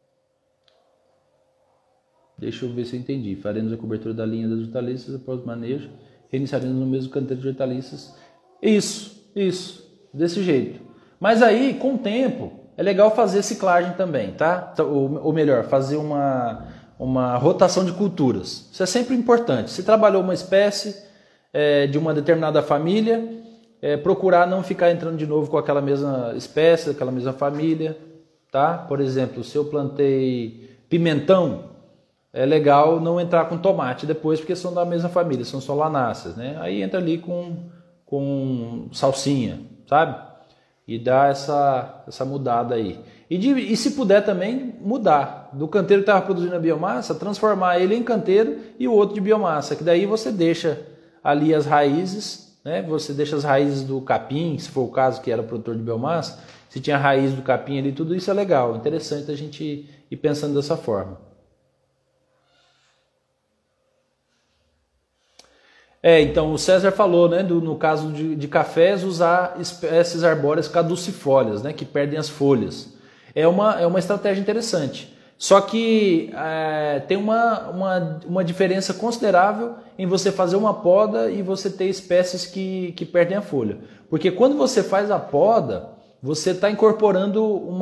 Deixa eu ver se eu entendi. Faremos a cobertura da linha das hortaliças após o manejo. Reiniciaremos no mesmo canteiro de hortaliças. Isso. Desse jeito. Mas aí, com o tempo, é legal fazer ciclagem também, tá? Ou melhor, fazer uma rotação de culturas. Isso é sempre importante. Se trabalhou uma espécie de uma determinada família, procurar não ficar entrando de novo com aquela mesma espécie, aquela mesma família, tá? Por exemplo, se eu plantei pimentão, é legal não entrar com tomate depois, porque são da mesma família, são solanáceas, né? Aí entra ali com salsinha, sabe? E dá essa mudada aí. E se puder também mudar. Do canteiro que estava produzindo a biomassa, transformar ele em canteiro e o outro de biomassa, que daí você deixa ali as raízes, né? Você deixa as raízes do capim, se for o caso que era produtor de biomassa, se tinha raiz do capim ali, tudo isso é legal, interessante a gente ir pensando dessa forma. Então o César falou, né, no caso de cafés, usar espécies arbóreas caducifólias, né, que perdem as folhas. É uma estratégia interessante. Só que tem uma diferença considerável em você fazer uma poda e você ter espécies que perdem a folha. Porque quando você faz a poda, você está incorporando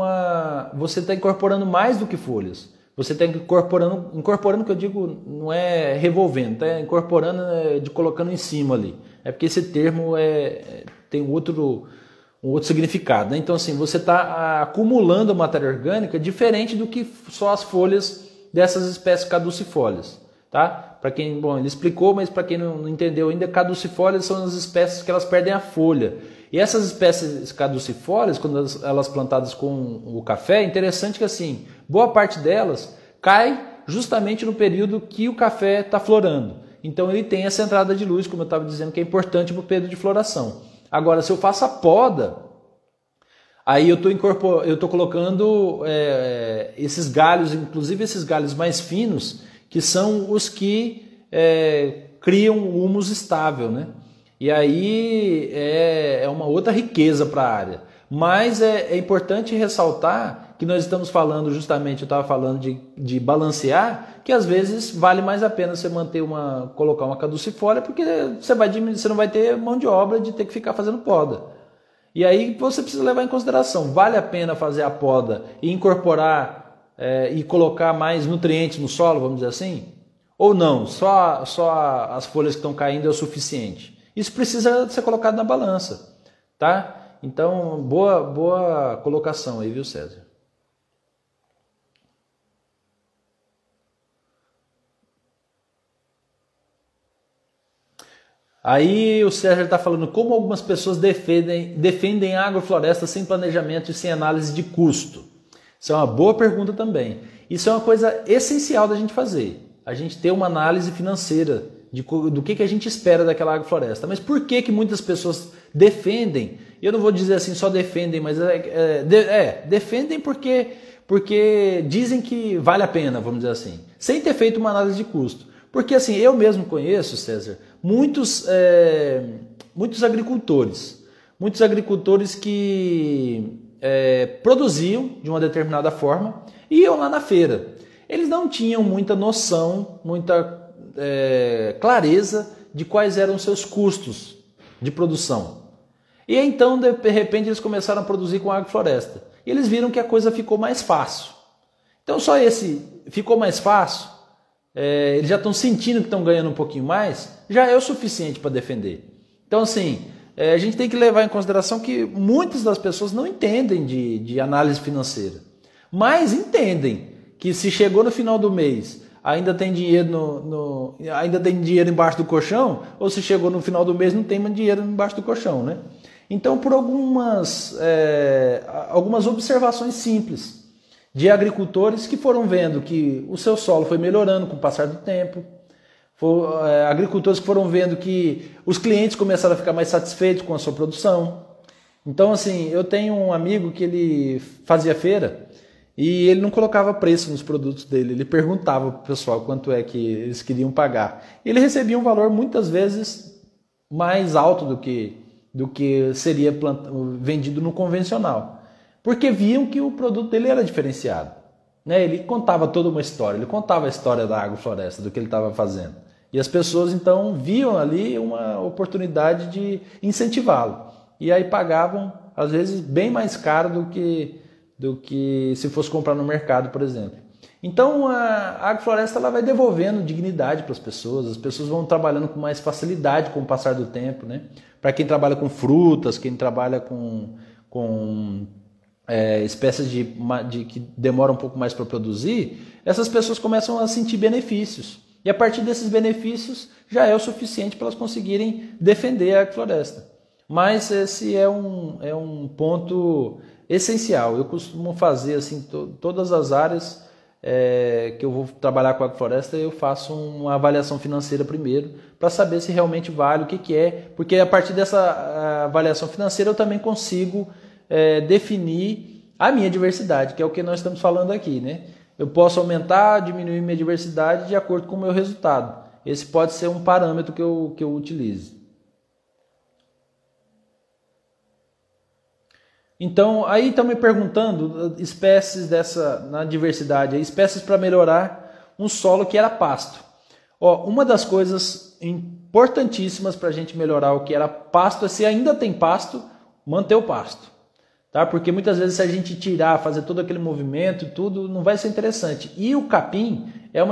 mais do que folhas. Você está incorporando que eu digo, não é revolvendo, está incorporando, colocando em cima ali. É porque esse termo tem um outro significado, né? Então assim, você está acumulando matéria orgânica diferente do que só as folhas dessas espécies caducifólias, tá? Para quem, ele explicou, mas para quem não entendeu ainda, caducifólias são as espécies que elas perdem a folha. E essas espécies caducifólias, quando elas plantadas com o café, é interessante que assim, boa parte delas cai justamente no período que o café está florando. Então ele tem essa entrada de luz, como eu estava dizendo, que é importante para o período de floração. Agora, se eu faço a poda, aí eu estou colocando esses galhos, inclusive esses galhos mais finos, que são os que criam o humus estável, né? E aí é uma outra riqueza para a área. Mas é importante ressaltar que nós estamos falando justamente, eu estava falando de balancear, que às vezes vale mais a pena você colocar uma caducifólia, porque você não vai ter mão de obra de ter que ficar fazendo poda. E aí você precisa levar em consideração, vale a pena fazer a poda e incorporar e colocar mais nutrientes no solo, vamos dizer assim? Ou não, só as folhas que estão caindo é o suficiente? Isso precisa ser colocado na balança, tá? Então, boa colocação aí, viu, César? Aí o César está falando como algumas pessoas defendem a agrofloresta sem planejamento e sem análise de custo. Isso é uma boa pergunta também. Isso é uma coisa essencial da gente fazer. A gente ter uma análise financeira do que a gente espera daquela agrofloresta. Mas por que muitas pessoas defendem? Eu não vou dizer assim só defendem, mas defendem porque dizem que vale a pena, vamos dizer assim, sem ter feito uma análise de custo. Porque assim, eu mesmo conheço, César, muitos agricultores que produziam de uma determinada forma e iam lá na feira. Eles não tinham muita noção, muita clareza de quais eram os seus custos de produção. E então, de repente, eles começaram a produzir com agrofloresta. E eles viram que a coisa ficou mais fácil. Então, só ficou mais fácil, eles já estão sentindo que estão ganhando um pouquinho mais, já é o suficiente para defender. Então, assim, a gente tem que levar em consideração que muitas das pessoas não entendem de análise financeira, mas entendem que se chegou no final do mês, ainda tem dinheiro ainda tem dinheiro embaixo do colchão, ou se chegou no final do mês não tem mais dinheiro embaixo do colchão, né? Então, por algumas observações simples de agricultores que foram vendo que o seu solo foi melhorando com o passar do tempo, agricultores que foram vendo que os clientes começaram a ficar mais satisfeitos com a sua produção. Então, assim, eu tenho um amigo que ele fazia feira e ele não colocava preço nos produtos dele, ele perguntava para o pessoal quanto é que eles queriam pagar. Ele recebia um valor muitas vezes mais alto do que seria vendido no convencional, porque viam que o produto dele era diferenciado, né? Ele contava toda uma história, ele contava a história da agrofloresta, do que ele estava fazendo. E as pessoas então viam ali uma oportunidade de incentivá-lo. E aí pagavam, às vezes, bem mais caro do que se fosse comprar no mercado, por exemplo. Então a agrofloresta ela vai devolvendo dignidade para as pessoas vão trabalhando com mais facilidade com o passar do tempo, né? Para quem trabalha com frutas, quem trabalha com espécies que demoram um pouco mais para produzir, essas pessoas começam a sentir benefícios. E a partir desses benefícios já é o suficiente para elas conseguirem defender a agrofloresta. Mas esse é um ponto essencial. Eu costumo fazer assim, todas as áreas que eu vou trabalhar com a agrofloresta, eu faço uma avaliação financeira primeiro, para saber se realmente vale, o que é, porque a partir dessa avaliação financeira eu também consigo definir a minha diversidade, que é o que nós estamos falando aqui, né? Eu posso aumentar, diminuir minha diversidade de acordo com o meu resultado. esse pode ser um parâmetro que eu utilize. Então, aí estão me perguntando espécies na diversidade, espécies para melhorar um solo que era pasto. Uma das coisas importantíssimas para a gente melhorar o que era pasto é, se ainda tem pasto, manter o pasto. Tá? Porque muitas vezes, se a gente tirar, fazer todo aquele movimento e tudo, não vai ser interessante. E o capim é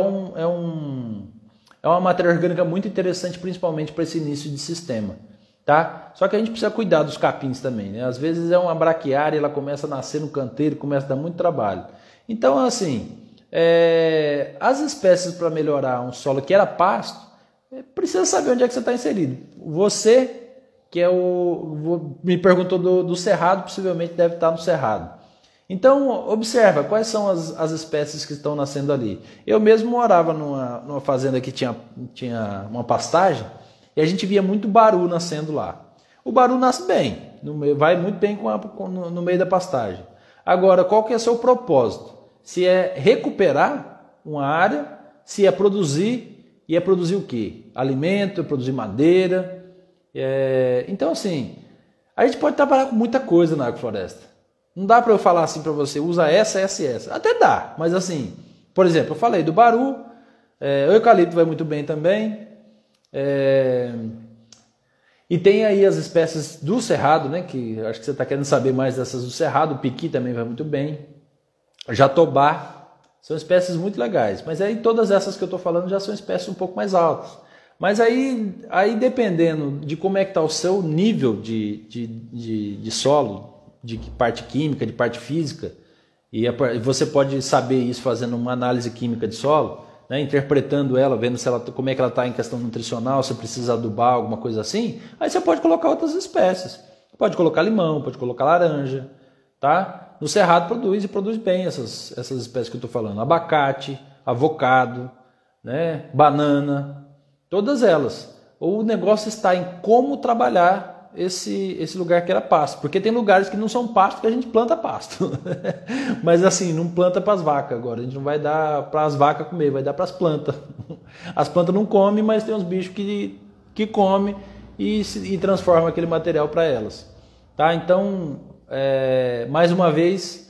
uma matéria orgânica muito interessante, principalmente para esse início de sistema. Tá? Só que a gente precisa cuidar dos capins também, né? Às vezes é uma braquiária, ela começa a nascer no canteiro, começa a dar muito trabalho. Então, assim, as espécies para melhorar um solo que era pasto, precisa saber onde é que você está inserido. Você, que me perguntou do cerrado, possivelmente deve estar no cerrado. Então, observa quais são as espécies que estão nascendo ali. Eu mesmo morava numa fazenda que tinha uma pastagem, e a gente via muito baru nascendo lá. O baru nasce bem, vai muito bem no meio da pastagem. Agora, qual que é o seu propósito? Se é recuperar uma área, se é produzir, e é produzir o quê? Alimento, produzir madeira. Então, assim, a gente pode trabalhar com muita coisa na agrofloresta. Não dá para eu falar assim para você, usa essa. Até dá, mas assim, por exemplo, eu falei do baru, o eucalipto vai muito bem também. E tem aí as espécies do cerrado, né? Que acho que você está querendo saber mais dessas do cerrado. O piqui também vai muito bem. Jatobá, são espécies muito legais. Mas aí todas essas que eu estou falando já são espécies um pouco mais altas. Mas aí dependendo de como é que está o seu nível de solo, de parte química, de parte física, e você pode saber isso fazendo uma análise química de solo, né, interpretando ela, vendo como é que ela está em questão nutricional, se precisa adubar, alguma coisa assim, aí você pode colocar outras espécies. Pode colocar limão, pode colocar laranja, tá? No cerrado produz bem essas espécies que eu estou falando. Abacate, avocado, né, banana, todas elas. O negócio está em como trabalhar esse lugar que era pasto, porque tem lugares que não são pasto que a gente planta pasto, mas assim, não planta para as vacas agora, a gente não vai dar para as vacas comer, vai dar para as plantas. As plantas não comem, mas tem uns bichos que comem e transformam aquele material para elas, tá? Então, mais uma vez,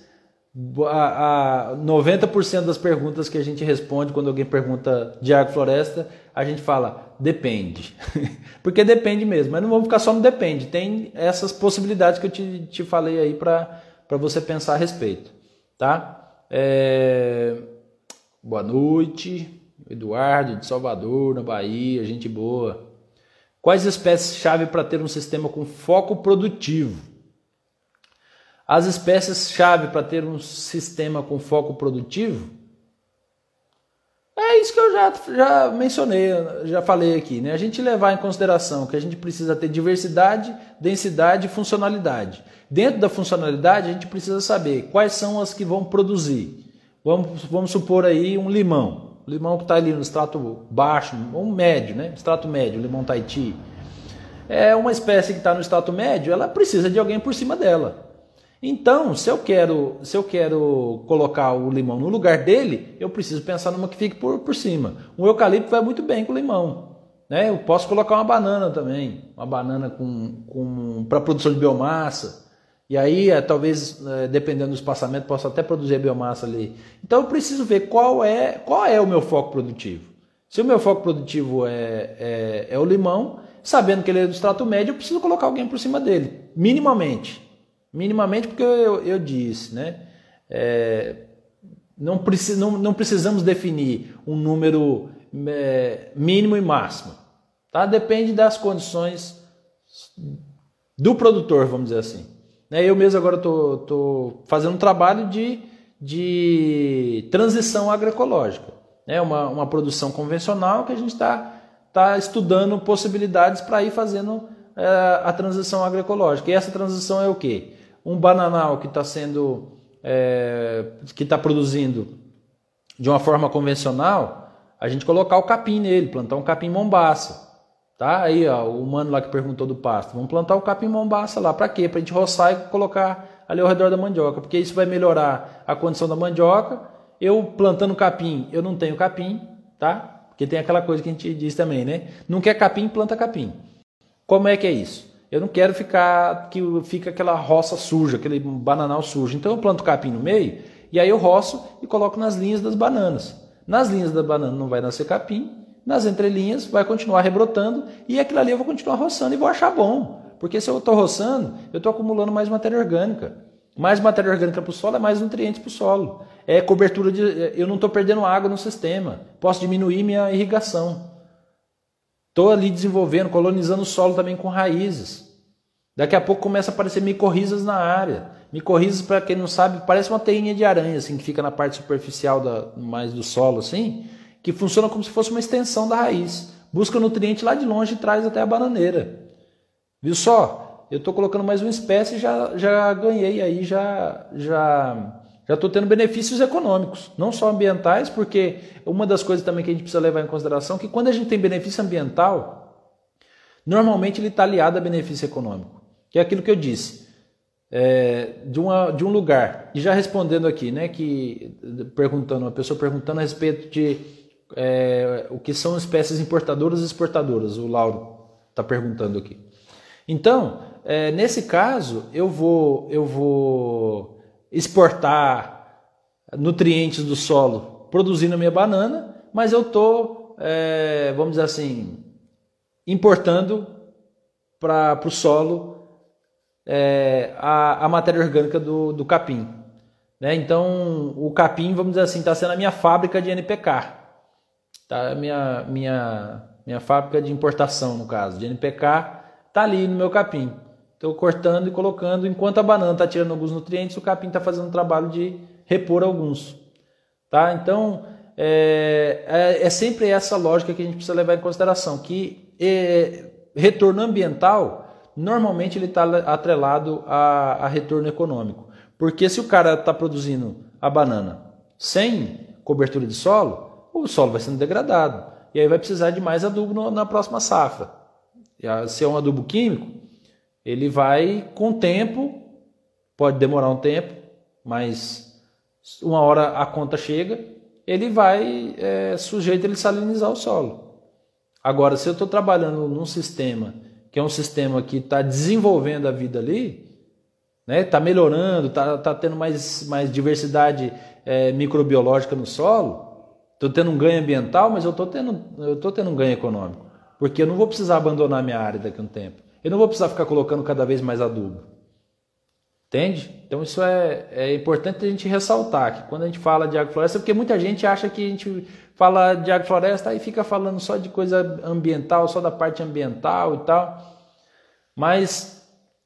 90% das perguntas que a gente responde quando alguém pergunta de agrofloresta, a gente fala, depende. Porque depende mesmo, mas não vamos ficar só no depende. Tem essas possibilidades que eu te falei aí para você pensar a respeito. Tá? Boa noite, Eduardo de Salvador, na Bahia, gente boa. Quais espécies-chave para ter um sistema com foco produtivo? As espécies-chave para ter um sistema com foco produtivo? É isso que eu já mencionei, já falei aqui, né? A gente levar em consideração que a gente precisa ter diversidade, densidade e funcionalidade. Dentro da funcionalidade, a gente precisa saber quais são as que vão produzir. Vamos supor aí um limão. O limão que está ali no extrato baixo, ou médio, né? Extrato médio, o limão Tahiti. É uma espécie que está no extrato médio, ela precisa de alguém por cima dela. Então, se eu quero colocar o limão no lugar dele, eu preciso pensar numa que fique por cima. O eucalipto vai muito bem com o limão, né? Eu posso colocar uma banana também, uma banana para produção de biomassa. E aí, talvez, dependendo do espaçamento, possa até produzir a biomassa ali. Então, eu preciso ver qual é o meu foco produtivo. Se o meu foco produtivo é o limão, sabendo que ele é do extrato médio, eu preciso colocar alguém por cima dele, minimamente. Minimamente, porque eu disse, né? Não precisamos definir um número mínimo e máximo. Tá? Depende das condições do produtor, vamos dizer assim. Eu mesmo agora estou fazendo um trabalho de transição agroecológica. Uma produção convencional que a gente está estudando possibilidades para ir fazendo a transição agroecológica. E essa transição é o quê? Um bananal que está produzindo de uma forma convencional, a gente colocar o capim nele, plantar um capim mombaça. Tá? Aí, o mano lá que perguntou do pasto, vamos plantar o capim mombaça lá. Para quê? Para a gente roçar e colocar ali ao redor da mandioca, porque isso vai melhorar a condição da mandioca. Eu plantando capim, eu não tenho capim, tá? Porque tem aquela coisa que a gente diz também, né? Não quer capim, planta capim. Como é que é isso? Eu não quero que fica aquela roça suja, aquele bananal sujo. Então eu planto capim no meio, e aí eu roço e coloco nas linhas das bananas. Nas linhas da banana não vai nascer capim, nas entrelinhas vai continuar rebrotando, e aquilo ali eu vou continuar roçando e vou achar bom. Porque se eu estou roçando, eu estou acumulando mais matéria orgânica. Mais matéria orgânica para o solo é mais nutrientes para o solo. É cobertura eu não estou perdendo água no sistema. Posso diminuir minha irrigação. Estou ali desenvolvendo, colonizando o solo também com raízes. Daqui a pouco começa a aparecer micorrizas na área. Micorrizas, para quem não sabe, parece uma teinha de aranha, assim, que fica na parte superficial mais do solo, assim, que funciona como se fosse uma extensão da raiz. Busca nutriente lá de longe e traz até a bananeira. Viu só? Eu estou colocando mais uma espécie e já ganhei aí, já estou tendo benefícios econômicos, não só ambientais, porque uma das coisas também que a gente precisa levar em consideração é que quando a gente tem benefício ambiental, normalmente ele está aliado a benefício econômico, que é aquilo que eu disse, de um lugar. E já respondendo aqui, né, uma pessoa perguntando a respeito de o que são espécies importadoras e exportadoras, o Lauro está perguntando aqui. Então, nesse caso, eu vou exportar nutrientes do solo produzindo a minha banana, mas eu estou, vamos dizer assim, importando para o solo a matéria orgânica do capim. Né? Então, o capim, vamos dizer assim, está sendo a minha fábrica de NPK. Tá? Minha fábrica de importação, no caso, de NPK, está ali no meu capim. Estou cortando e colocando, enquanto a banana está tirando alguns nutrientes, o capim está fazendo o trabalho de repor alguns. Tá? Então, é sempre essa lógica que a gente precisa levar em consideração, que retorno ambiental, normalmente ele está atrelado a retorno econômico. Porque se o cara está produzindo a banana sem cobertura de solo, o solo vai sendo degradado. E aí vai precisar de mais adubo na próxima safra. Se é um adubo químico, ele vai com o tempo, pode demorar um tempo, mas uma hora a conta chega, ele vai sujeito a ele salinizar o solo. Agora, se eu estou trabalhando num sistema, que é um sistema que está desenvolvendo a vida ali, né, está melhorando, está tendo mais diversidade microbiológica no solo, estou tendo um ganho ambiental, mas eu estou tendo um ganho econômico. Porque eu não vou precisar abandonar minha área daqui a um tempo. Eu não vou precisar ficar colocando cada vez mais adubo. Entende? Então isso é importante a gente ressaltar, que quando a gente fala de agrofloresta, porque muita gente acha que a gente fala de agrofloresta e fica falando só de coisa ambiental, só da parte ambiental e tal. Mas,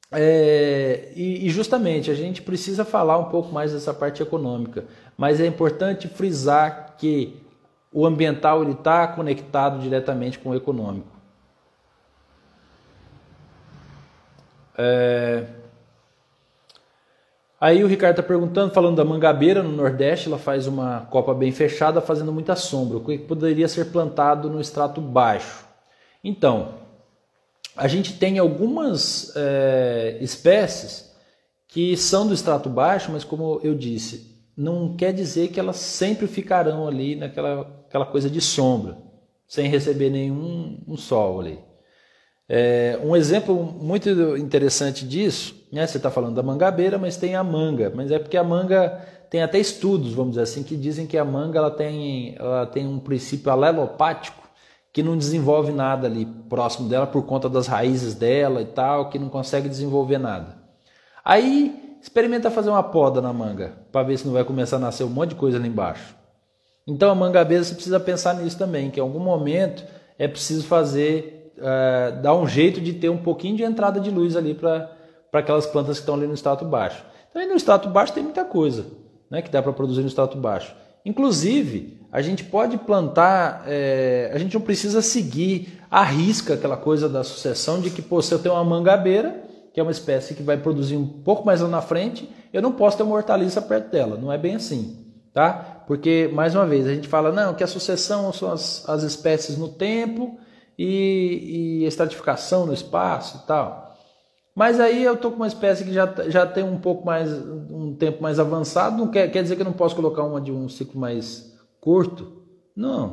e justamente, a gente precisa falar um pouco mais dessa parte econômica. Mas é importante frisar que o ambiental está conectado diretamente com o econômico. Aí o Ricardo está perguntando, falando da mangabeira no Nordeste, ela faz uma copa bem fechada, fazendo muita sombra. O que poderia ser plantado no extrato baixo? Então, a gente tem algumas espécies que são do extrato baixo, mas como eu disse, não quer dizer que elas sempre ficarão ali naquela coisa de sombra, sem receber nenhum sol ali. Um exemplo muito interessante disso, né? Você está falando da mangabeira, mas tem a manga, mas é porque a manga tem até estudos, vamos dizer assim, que dizem que a manga ela tem um princípio alelopático que não desenvolve nada ali próximo dela por conta das raízes dela e tal, que não consegue desenvolver nada. Aí experimenta fazer uma poda na manga, para ver se não vai começar a nascer um monte de coisa ali embaixo. Então a mangabeira você precisa pensar nisso também, que em algum momento é preciso dar um jeito de ter um pouquinho de entrada de luz ali para aquelas plantas que estão ali no extrato baixo. Então aí no extrato baixo tem muita coisa, né, que dá para produzir no extrato baixo. Inclusive, a gente pode plantar, a gente não precisa seguir à risca aquela coisa da sucessão de que, se eu tenho uma mangabeira, que é uma espécie que vai produzir um pouco mais lá na frente, eu não posso ter uma hortaliça perto dela. Não é bem assim, tá? Porque, mais uma vez, a gente fala que a sucessão são as espécies no tempo e a estratificação no espaço e tal. Mas aí eu estou com uma espécie que já tem um tempo mais avançado, não quer dizer que eu não posso colocar uma de um ciclo mais curto? Não.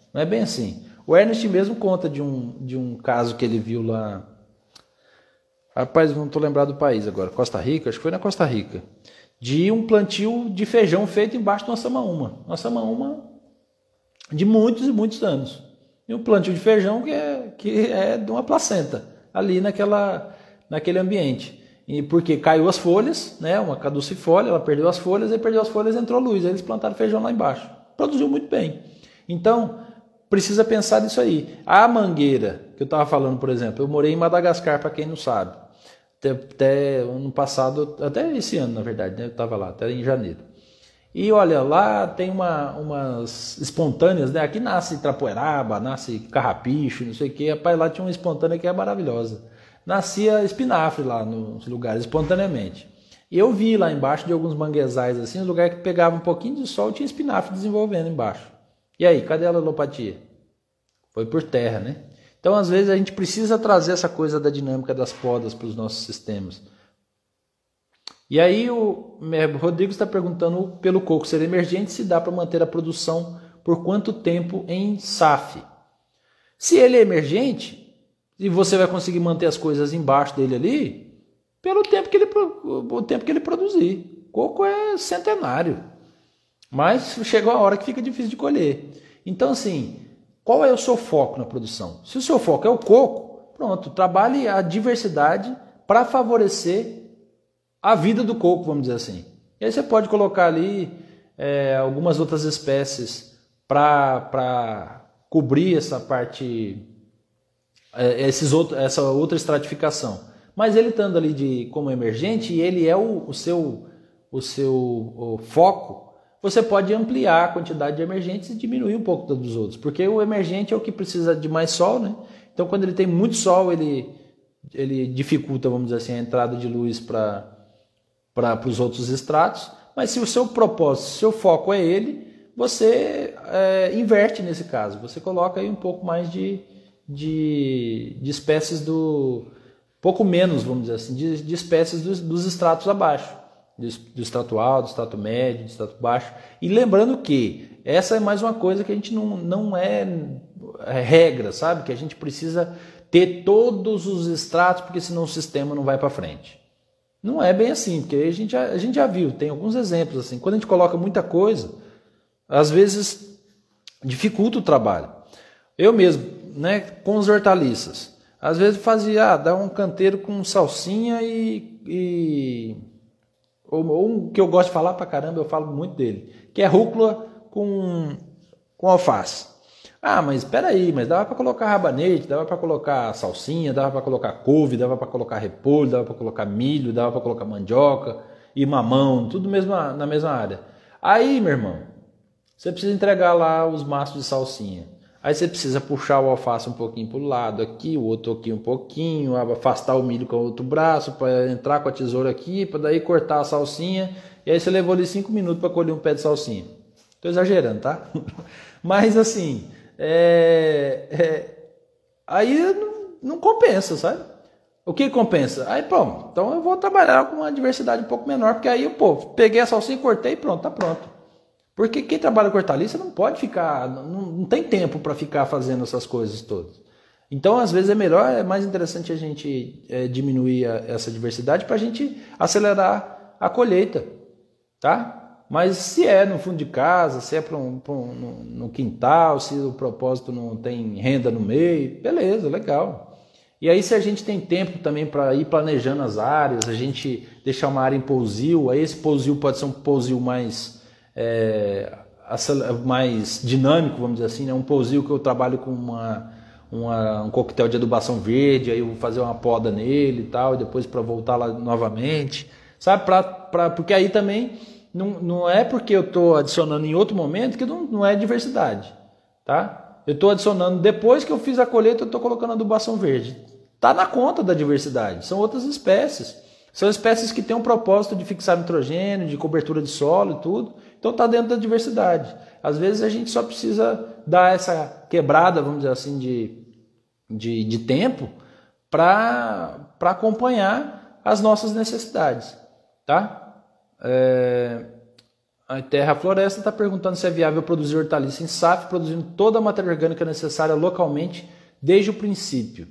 Não é bem assim. O Ernest mesmo conta de um caso que ele viu lá. Rapaz, não estou lembrado do país agora. Costa Rica? Acho que foi na Costa Rica. De um plantio de feijão feito embaixo de uma samaúma. Uma samaúma de muitos e muitos anos. E um plantio de feijão que é de uma placenta. Ali naquele ambiente. E porque caiu as folhas, né? Uma caducifólia, ela perdeu as folhas, entrou luz. Aí eles plantaram feijão lá embaixo. Produziu muito bem. Então, precisa pensar nisso aí. A mangueira, que eu estava falando, por exemplo, eu morei em Madagascar, para quem não sabe. Até ano passado, até esse ano, na verdade, né? Eu estava lá, até em janeiro. E olha, lá tem umas espontâneas, né? Aqui nasce trapoeraba, nasce carrapicho, não sei o quê. Rapaz, lá tinha uma espontânea que é maravilhosa. Nascia espinafre lá nos lugares, espontaneamente. E eu vi lá embaixo de alguns manguezais, assim, os lugares que pegava um pouquinho de sol, tinha espinafre desenvolvendo embaixo. E aí, cadê a alopatia? Foi por terra, né? Então, às vezes, a gente precisa trazer essa coisa da dinâmica das podas para os nossos sistemas. E aí, o Rodrigo está perguntando pelo coco ser emergente, se dá para manter a produção por quanto tempo em SAF. Se ele é emergente, e você vai conseguir manter as coisas embaixo dele ali, pelo tempo que ele produzir. Coco é centenário. Mas chegou a hora que fica difícil de colher. Então, assim, qual é o seu foco na produção? Se o seu foco é o coco, pronto, trabalhe a diversidade para favorecer a vida do coco, vamos dizer assim. E aí você pode colocar ali algumas outras espécies para cobrir essa parte, essa outra estratificação. Mas ele estando ali como emergente, e ele é o seu foco, você pode ampliar a quantidade de emergentes e diminuir um pouco dos outros, porque o emergente é o que precisa de mais sol, né? Então, quando ele tem muito sol, ele dificulta, vamos dizer assim, a entrada de luz para os outros estratos. Mas se o seu propósito, se o seu foco é ele, você inverte nesse caso. Você coloca aí um pouco mais de espécies pouco menos, vamos dizer assim, de espécies dos estratos abaixo. Do estrato alto, do estrato médio, do estrato baixo. E lembrando que essa é mais uma coisa que a gente não é regra, sabe? Que a gente precisa ter todos os estratos, porque senão o sistema não vai para frente. Não é bem assim, porque a gente já viu, tem alguns exemplos assim. Quando a gente coloca muita coisa, às vezes dificulta o trabalho. Eu mesmo, né, com as hortaliças, às vezes fazia, dá um canteiro com salsinha ou um que eu gosto de falar pra caramba, eu falo muito dele, que é rúcula com alface. Ah, mas espera aí, mas dava para colocar rabanete, dava para colocar salsinha, dava para colocar couve, dava para colocar repolho, dava para colocar milho, dava para colocar mandioca e mamão, tudo na mesma área. Aí, meu irmão, você precisa entregar lá os maços de salsinha. Aí você precisa puxar o alface um pouquinho para o lado aqui, o outro aqui um pouquinho, afastar o milho com o outro braço, para entrar com a tesoura aqui, para daí cortar a salsinha. E aí você levou ali 5 minutos para colher um pé de salsinha. Estou exagerando, tá? Mas assim, aí não compensa, sabe? O que compensa? Aí, pô, então eu vou trabalhar com uma diversidade um pouco menor, porque aí, peguei a salsinha, cortei e pronto, tá pronto. Porque quem trabalha com hortaliça não pode ficar, não tem tempo para ficar fazendo essas coisas todas. Então, às vezes é mais interessante a gente diminuir essa diversidade para a gente acelerar a colheita, tá? Mas se é no fundo de casa, se é no quintal, se o propósito não tem renda no meio, beleza, legal. E aí se a gente tem tempo também para ir planejando as áreas, a gente deixar uma área em pousio, aí esse pousio pode ser um pousio mais dinâmico, vamos dizer assim, né? Um pousio que eu trabalho com um coquetel de adubação verde, aí eu vou fazer uma poda nele e tal, e depois para voltar lá novamente, sabe? Porque aí também não é porque eu estou adicionando em outro momento que não é diversidade, tá? Eu estou adicionando depois que eu fiz a colheita, eu estou colocando adubação verde. Está na conta da diversidade, são outras espécies. São espécies que têm um propósito de fixar nitrogênio, de cobertura de solo e tudo. Então está dentro da diversidade. Às vezes a gente só precisa dar essa quebrada, vamos dizer assim, de tempo para acompanhar as nossas necessidades. Tá? A Terra Floresta está perguntando se é viável produzir hortaliça em SAF, produzindo toda a matéria orgânica necessária localmente desde o princípio.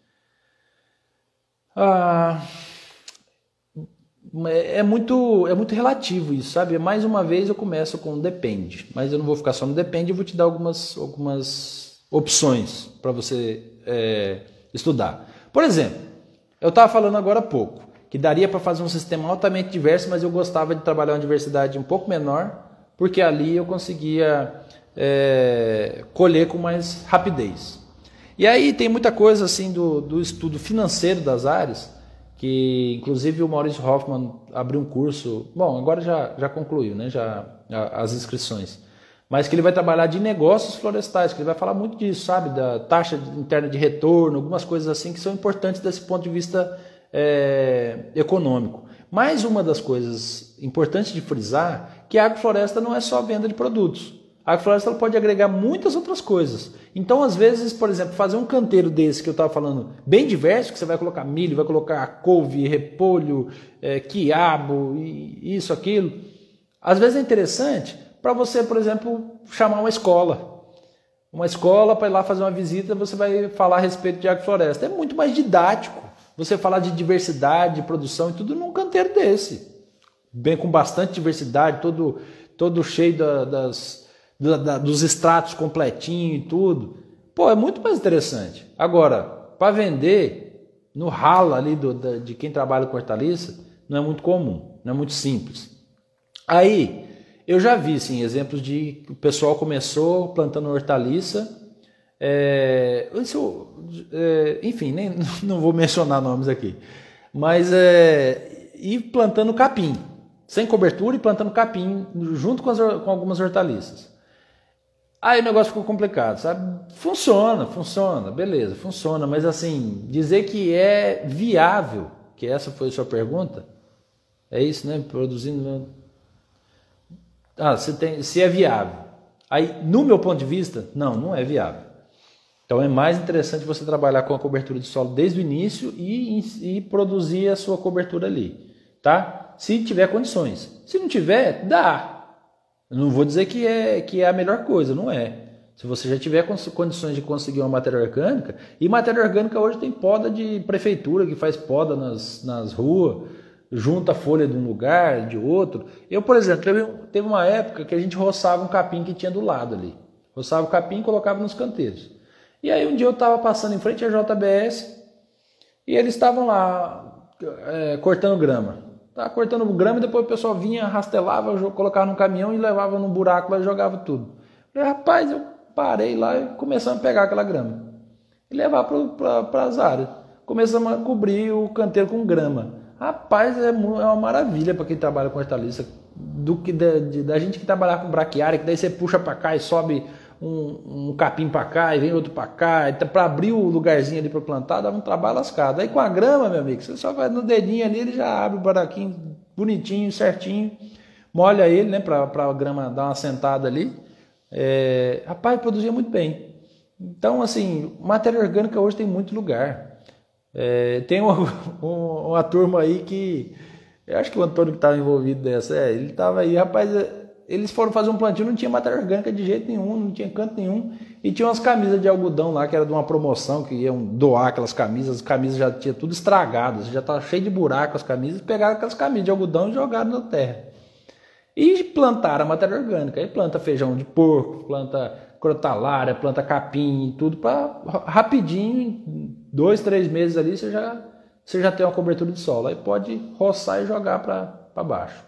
É muito relativo isso, sabe? Mais uma vez eu começo com depende, mas eu não vou ficar só no depende, eu vou te dar algumas opções para você estudar. Por exemplo, eu estava falando agora há pouco que daria para fazer um sistema altamente diverso, mas eu gostava de trabalhar uma diversidade um pouco menor, porque ali eu conseguia colher com mais rapidez. E aí tem muita coisa assim do estudo financeiro das áreas, que inclusive o Maurício Hoffman abriu um curso, bom, agora já concluiu, né, as inscrições, mas que ele vai trabalhar de negócios florestais, que ele vai falar muito disso, sabe, da taxa interna de retorno, algumas coisas assim que são importantes desse ponto de vista econômico. Mais uma das coisas importantes de frisar, que a agrofloresta não é só venda de produtos. A agrofloresta pode agregar muitas outras coisas. Então, às vezes, por exemplo, fazer um canteiro desse que eu estava falando, bem diverso, que você vai colocar milho, vai colocar couve, repolho, quiabo, isso, aquilo. Às vezes é interessante para você, por exemplo, chamar uma escola. Uma escola para ir lá fazer uma visita, você vai falar a respeito de agrofloresta. É muito mais didático você falar de diversidade, de produção e tudo num canteiro desse. Bem, com bastante diversidade, todo cheio dos extratos completinho e tudo. Pô, é muito mais interessante. Agora, para vender no ralo ali de quem trabalha com hortaliça, não é muito comum, não é muito simples. Aí, eu já vi sim, exemplos de que o pessoal começou plantando hortaliça, enfim, não vou mencionar nomes aqui, mas e plantando capim, sem cobertura e plantando capim junto com algumas hortaliças. Aí o negócio ficou complicado, sabe? Funciona, beleza, funciona, mas assim, dizer que é viável, que essa foi a sua pergunta, é isso, né? Produzindo... se é viável. Aí, no meu ponto de vista, não é viável. Então é mais interessante você trabalhar com a cobertura de solo desde o início e produzir a sua cobertura ali, tá? Se tiver condições. Se não tiver, dá. Eu não vou dizer que é a melhor coisa, não é. Se você já tiver condições de conseguir uma matéria orgânica, e matéria orgânica hoje tem poda de prefeitura que faz poda nas ruas, junta a folha de um lugar, de outro. Eu, por exemplo, teve uma época que a gente roçava um capim que tinha do lado ali. Roçava o capim e colocava nos canteiros. E aí um dia eu estava passando em frente à JBS e eles estavam lá cortando grama. Tava cortando grama e depois o pessoal vinha, rastelava, colocava no caminhão e levava num buraco lá e jogava tudo. Eu falei, rapaz, eu parei lá e começamos a pegar aquela grama e levar para as áreas. Começamos a cobrir o canteiro com grama. Rapaz, é uma maravilha para quem trabalha com hortaliça. Da gente que trabalhar com braquiária, que daí você puxa para cá e sobe um capim para cá e vem outro para cá, então, para abrir o lugarzinho ali para plantar, dava um trabalho lascado. Aí com a grama, meu amigo, você só vai no dedinho ali, ele já abre o buraquinho bonitinho, certinho, molha ele, né, para a grama dar uma sentada ali. Rapaz, produzia muito bem. Então, assim, matéria orgânica hoje tem muito lugar. Tem uma turma aí que, eu acho que o Antônio que estava envolvido nessa, ele estava aí, rapaz, eles foram fazer um plantio, não tinha matéria orgânica de jeito nenhum, não tinha canto nenhum, e tinha umas camisas de algodão lá, que era de uma promoção, que iam doar aquelas camisas, as camisas já tinham tudo estragadas, já estava cheio de buraco as camisas, pegaram aquelas camisas de algodão e jogaram na terra. E plantaram a matéria orgânica, aí planta feijão de porco, planta crotalária, planta capim, tudo para rapidinho, em 2, 3 meses ali, você já tem uma cobertura de solo, aí pode roçar e jogar para baixo.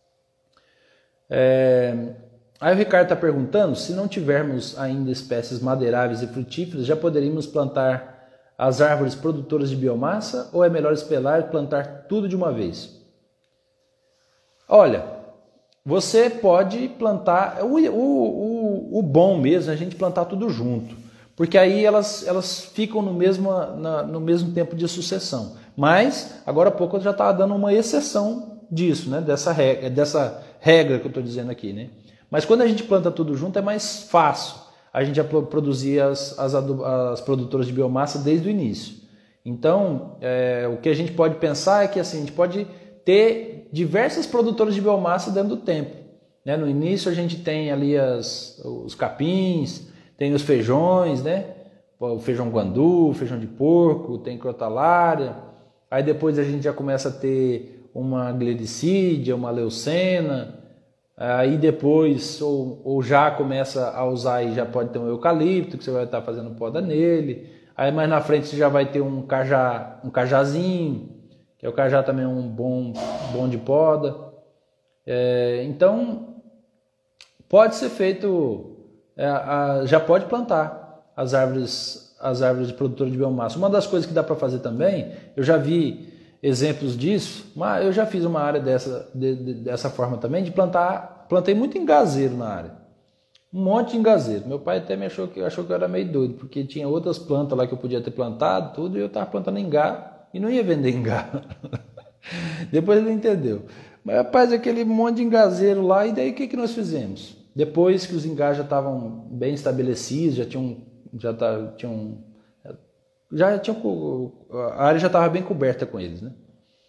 Aí o Ricardo está perguntando, se não tivermos ainda espécies madeiráveis e frutíferas, já poderíamos plantar as árvores produtoras de biomassa ou é melhor esperar e plantar tudo de uma vez? Olha, você pode plantar, o bom mesmo é a gente plantar tudo junto, porque aí elas ficam no mesmo tempo de sucessão. Mas, agora há pouco eu já estava dando uma exceção disso, né? dessa regra que eu estou dizendo aqui, né? Mas quando a gente planta tudo junto é mais fácil a gente produzir as produtoras de biomassa desde o início. Então, o que a gente pode pensar é que assim, a gente pode ter diversas produtoras de biomassa dentro do tempo. né? No início a gente tem ali os capins, tem os feijões, né? O feijão guandu, feijão de porco, tem crotalária. Aí depois a gente já começa a ter uma glericídia, uma leucena. Aí depois, ou já começa a usar e já pode ter um eucalipto, que você vai estar fazendo poda nele. Aí mais na frente você já vai ter um cajazinho, que o cajá também é um bom de poda. Então, pode ser feito, já pode plantar as árvores de produtora de biomassa. Uma das coisas que dá para fazer também, eu já vi exemplos disso, mas eu já fiz uma área dessa forma também, de plantei muito engazeiro na área. Um monte de engazeiro. Meu pai até achou que eu era meio doido, porque tinha outras plantas lá que eu podia ter plantado, tudo, e eu estava plantando engá e não ia vender engá. Depois ele entendeu. Mas, rapaz, aquele monte de engazeiro lá, e daí o que nós fizemos? Depois que os engás já estavam bem estabelecidos, a área já estava bem coberta com eles, né?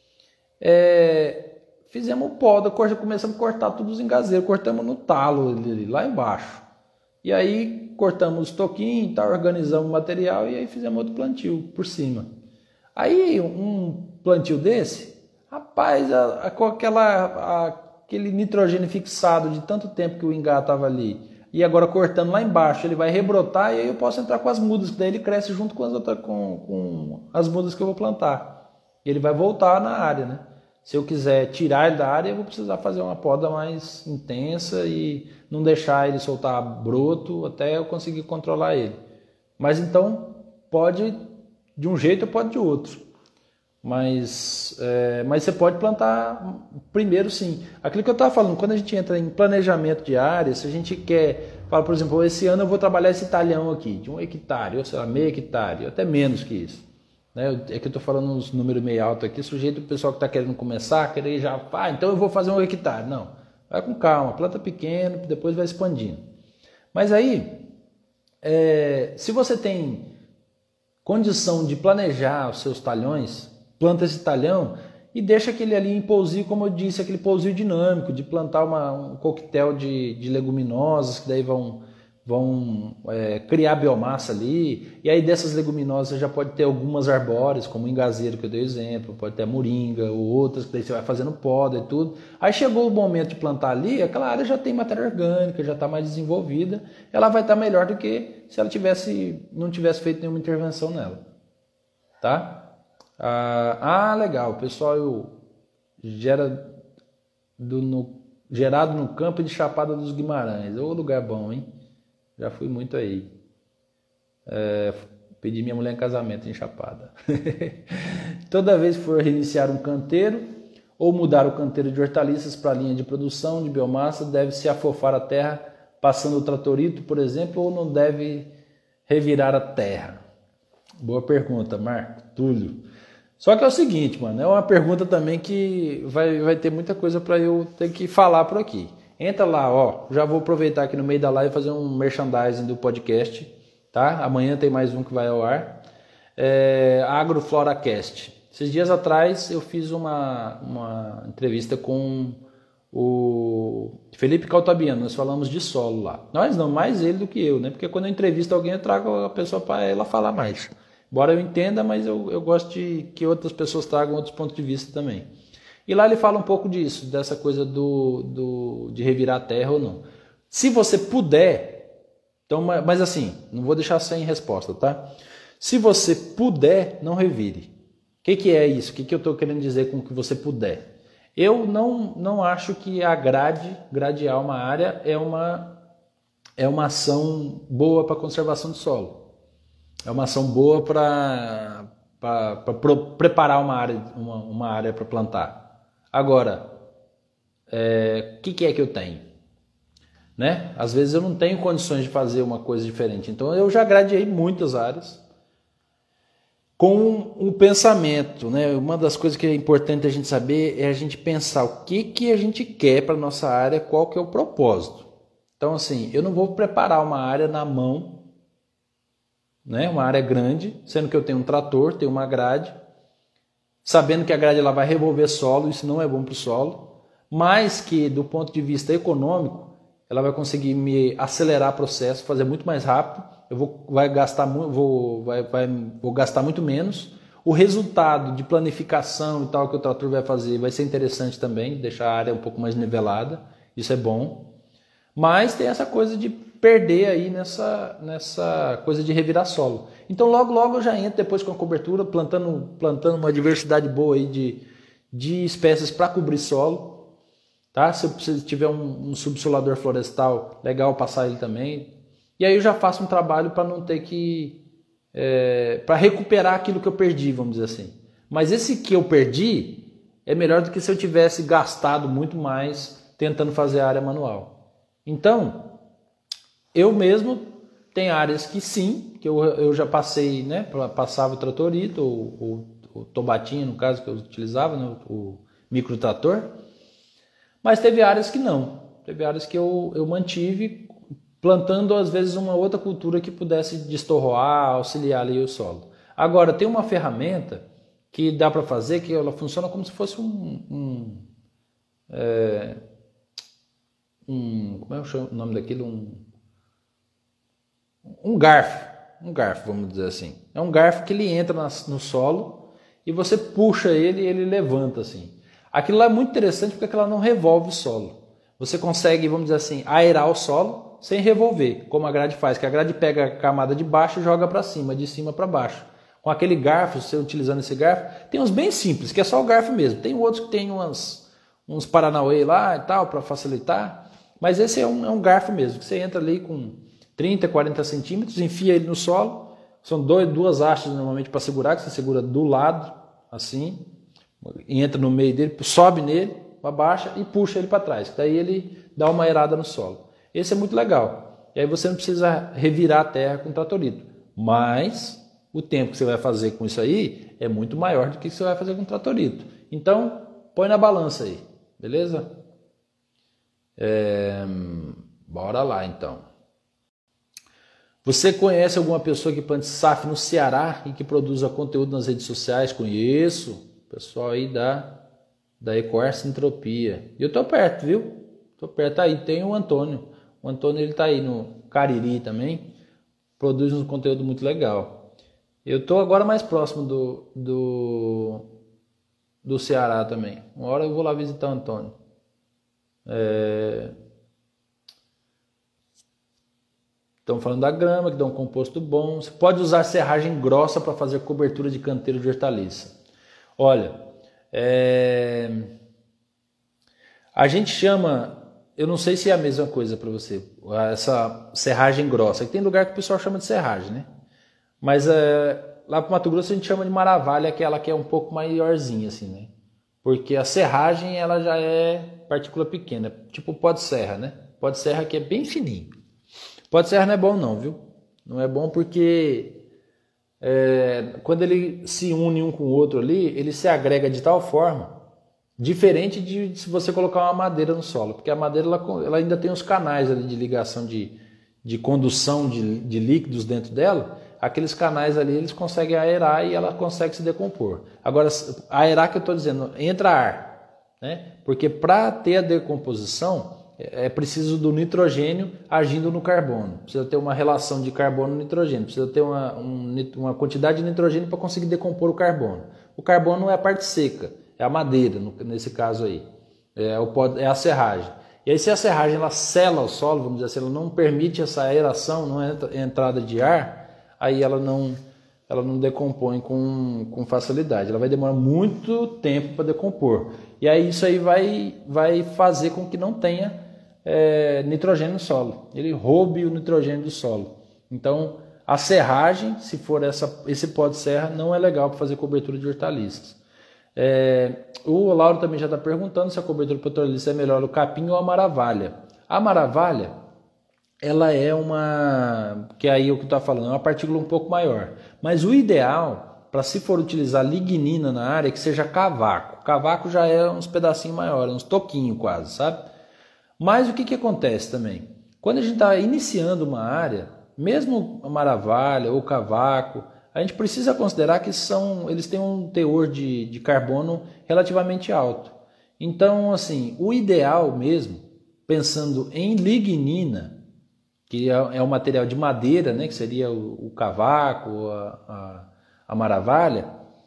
Fizemos poda, começamos a cortar todos os engazeiros, cortamos no talo lá embaixo. E aí cortamos os toquinhos, tá, organizamos o material e aí fizemos outro plantio por cima. Aí um plantio desse, rapaz, com aquele nitrogênio fixado de tanto tempo que o engá estava ali, e agora cortando lá embaixo, ele vai rebrotar e aí eu posso entrar com as mudas, que daí ele cresce junto com as mudas que eu vou plantar. E ele vai voltar na área, né? Se eu quiser tirar ele da área, eu vou precisar fazer uma poda mais intensa e não deixar ele soltar broto até eu conseguir controlar ele. Mas então, pode de um jeito ou pode de outro. Mas você pode plantar primeiro, sim. Aquilo que eu estava falando, quando a gente entra em planejamento de área, se a gente fala, por exemplo, esse ano eu vou trabalhar esse talhão aqui, de 1 hectare, ou sei lá, meio hectare, ou até menos que isso. É que eu estou falando uns números meio altos aqui, sujeito o pessoal que está querendo começar, querer já, então eu vou fazer 1 hectare. Não, vai com calma, planta pequeno, depois vai expandindo. Mas aí, se você tem condição de planejar os seus talhões, planta esse talhão e deixa aquele ali em pousio, como eu disse, aquele pousio dinâmico, de plantar um coquetel de leguminosas, que daí vão criar biomassa ali, e aí dessas leguminosas já pode ter algumas arbóreas, como o engazeiro que eu dei exemplo, pode ter a moringa ou outras, que daí você vai fazendo poda e tudo. Aí chegou o momento de plantar ali, aquela área já tem matéria orgânica, já está mais desenvolvida, ela vai estar melhor do que se ela não tivesse feito nenhuma intervenção nela. Tá? Legal, o pessoal gerado no campo de Chapada dos Guimarães. Ô lugar bom, hein? Já fui muito aí. Pedi minha mulher em casamento em Chapada. Toda vez que for reiniciar um canteiro ou mudar o canteiro de hortaliças para a linha de produção de biomassa, deve-se afofar a terra passando o tratorito, por exemplo, ou não deve revirar a terra? Boa pergunta, Marco Túlio. Só que é o seguinte, mano, é uma pergunta também que vai ter muita coisa para eu ter que falar por aqui. Entra lá, ó, já vou aproveitar aqui no meio da live e fazer um merchandising do podcast, tá? Amanhã tem mais um que vai ao ar. AgroFloracast. Esses dias atrás eu fiz uma entrevista com o Felipe Caltabiano, nós falamos de solo lá. Nós não, mais ele do que eu, né? Porque quando eu entrevisto alguém, eu trago a pessoa para ela falar mais. Embora eu entenda, mas eu gosto de que outras pessoas tragam outros pontos de vista também. E lá ele fala um pouco disso, dessa coisa de revirar a terra ou não. Se você puder, então, mas assim, não vou deixar sem resposta, tá? Se você puder, não revire. O que é isso? O que eu estou querendo dizer com o que você puder? Eu não acho que a gradear uma área é uma ação boa para conservação de solo. É uma ação boa para preparar uma área para plantar. Agora, o que é que eu tenho? Né? Às vezes eu não tenho condições de fazer uma coisa diferente. Então eu já gradeei muitas áreas com um pensamento. Né? Uma das coisas que é importante a gente saber é a gente pensar o que a gente quer para a nossa área, qual que é o propósito. Então assim, eu não vou preparar uma área na mão, né? Uma área grande, sendo que eu tenho um trator, tenho uma grade, sabendo que a grade ela vai revolver solo, isso não é bom para o solo, mas que do ponto de vista econômico, ela vai conseguir me acelerar o processo, fazer muito mais rápido, vou gastar muito menos. O resultado de planificação e tal que o trator vai fazer vai ser interessante também, deixar a área um pouco mais nivelada, isso é bom. Mas tem essa coisa de perder aí nessa coisa de revirar solo. Então logo eu já entro depois com a cobertura, plantando uma diversidade boa aí de espécies para cobrir solo. Tá? Se você tiver um subsolador florestal, legal passar ele também. E aí eu já faço um trabalho para não ter que... para recuperar aquilo que eu perdi, vamos dizer assim. Mas esse que eu perdi é melhor do que se eu tivesse gastado muito mais tentando fazer a área manual. Então, eu mesmo tenho áreas que sim, que eu já passei, né, passava o tratorito, o tobatinho, no caso, que eu utilizava, né, o microtrator, mas teve áreas que não. Teve áreas que eu mantive plantando às vezes uma outra cultura que pudesse destorroar, auxiliar ali o solo. Agora, tem uma ferramenta que dá para fazer, que ela funciona como se fosse como é o nome daquilo? Um garfo, vamos dizer assim. É um garfo que ele entra no solo e você puxa ele e ele levanta assim. Aquilo lá é muito interessante porque ela não revolve o solo. Você consegue, vamos dizer assim, aerar o solo sem revolver, como a grade faz, que a grade pega a camada de baixo e joga para cima, de cima para baixo. Com aquele garfo, você utilizando esse garfo, tem uns bem simples, que é só o garfo mesmo. Tem outros que tem uns paranauê lá e tal, para facilitar, mas esse é um garfo mesmo, que você entra ali com 30, 40 centímetros, enfia ele no solo, são duas hastes normalmente para segurar, que você segura do lado, assim, entra no meio dele, sobe nele, abaixa e puxa ele para trás, que daí ele dá uma aerada no solo. Esse é muito legal. E aí você não precisa revirar a terra com tratorito. Mas o tempo que você vai fazer com isso aí é muito maior do que você vai fazer com tratorito. Então, põe na balança aí. Beleza? Bora lá, então. Você conhece alguma pessoa que plante SAF no Ceará e que produza conteúdo nas redes sociais? Conheço. Pessoal aí da Ecoarce Entropia. E eu tô perto, viu? Tô perto aí. Tem o Antônio. O Antônio ele tá aí no Cariri também, produz um conteúdo muito legal. Eu tô agora mais próximo do Ceará também. Uma hora eu vou lá visitar o Antônio. Estamos falando da grama, que dá um composto bom. Você pode usar serragem grossa para fazer cobertura de canteiro de hortaliça. Olha, a gente chama... Eu não sei se é a mesma coisa para você, essa serragem grossa. Tem lugar que o pessoal chama de serragem, né? Mas lá para o Mato Grosso a gente chama de maravalha, aquela que é um pouco maiorzinha, assim, né? Porque a serragem ela já é partícula pequena, tipo pó de serra, né? Pó de serra que é bem fininho. Pó de serra não é bom não, viu? Não é bom porque quando ele se une um com o outro ali, ele se agrega de tal forma... Diferente de se você colocar uma madeira no solo, porque a madeira ela ainda tem os canais ali de ligação de condução de líquidos dentro dela, aqueles canais ali eles conseguem aerar e ela consegue se decompor. Agora, aerar que eu estou dizendo, entra ar, né? Porque para ter a decomposição é preciso do nitrogênio agindo no carbono, precisa ter uma relação de carbono e nitrogênio, precisa ter uma quantidade de nitrogênio para conseguir decompor o carbono. O carbono é a parte seca. É a madeira, nesse caso aí. É a serragem. E aí se a serragem ela sela o solo, vamos dizer assim, ela não permite essa aeração, não é entrada de ar, aí ela não decompõe com facilidade. Ela vai demorar muito tempo para decompor. E aí isso aí vai fazer com que não tenha nitrogênio no solo. Ele roube o nitrogênio do solo. Então a serragem, se for esse pó de serra, não é legal para fazer cobertura de hortaliças. O Lauro também já está perguntando se a cobertura de hortaliça é melhor o capim ou a maravalha. A maravalha, ela é que aí é o que eu estou falando, é uma partícula um pouco maior. Mas o ideal, para se for utilizar lignina na área, é que seja cavaco. Cavaco já é uns pedacinhos maiores, uns toquinhos quase, sabe? Mas o que acontece também? Quando a gente está iniciando uma área, mesmo a maravalha ou cavaco, a gente precisa considerar que eles têm um teor de carbono relativamente alto. Então, assim, o ideal mesmo, pensando em lignina, que é um material de madeira, né, que seria o cavaco, a maravalha,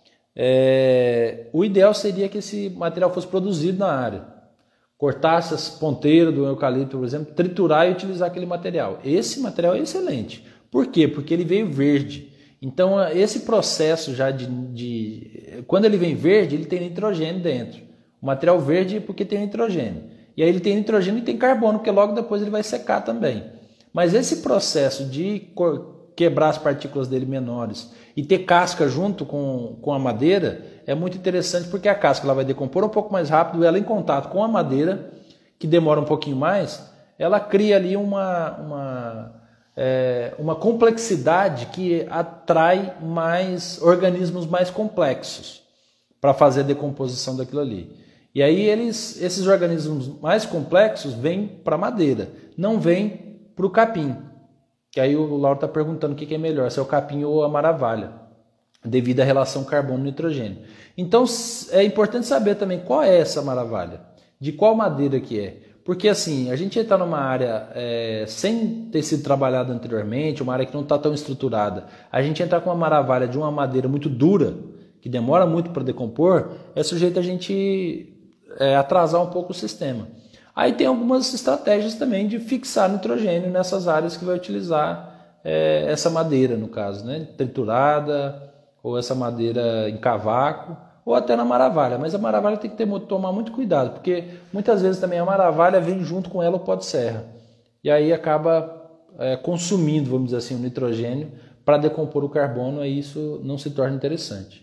o ideal seria que esse material fosse produzido na área. Cortasse as ponteiras do eucalipto, por exemplo, triturar e utilizar aquele material. Esse material é excelente. Por quê? Porque ele veio verde. Então, esse processo já quando ele vem verde, ele tem nitrogênio dentro. O material verde é porque tem nitrogênio. E aí ele tem nitrogênio e tem carbono, porque logo depois ele vai secar também. Mas esse processo de quebrar as partículas dele menores e ter casca junto com a madeira é muito interessante, porque a casca ela vai decompor um pouco mais rápido, ela em contato com a madeira, que demora um pouquinho mais, ela cria ali uma complexidade que atrai mais organismos mais complexos para fazer a decomposição daquilo ali. E aí esses organismos mais complexos vêm para a madeira, não vêm para o capim. Que aí o Lauro está perguntando o que é melhor, se é o capim ou a maravalha, devido à relação carbono-nitrogênio. Então é importante saber também qual é essa maravalha, de qual madeira que é. Porque assim, a gente está numa área sem ter sido trabalhada anteriormente, uma área que não está tão estruturada. A gente entrar com uma maravalha de uma madeira muito dura, que demora muito para decompor, é sujeito a gente atrasar um pouco o sistema. Aí tem algumas estratégias também de fixar nitrogênio nessas áreas que vai utilizar essa madeira, no caso, né? Triturada, ou essa madeira em cavaco, ou até na maravalha. Mas a maravalha tem que tomar muito cuidado, porque muitas vezes também a maravalha vem junto com ela o pó de serra. E aí acaba consumindo, vamos dizer assim, o nitrogênio para decompor o carbono, aí isso não se torna interessante.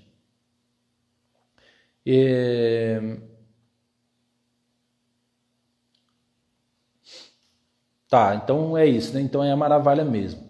Tá, então é isso, né? Então é a maravalha mesmo.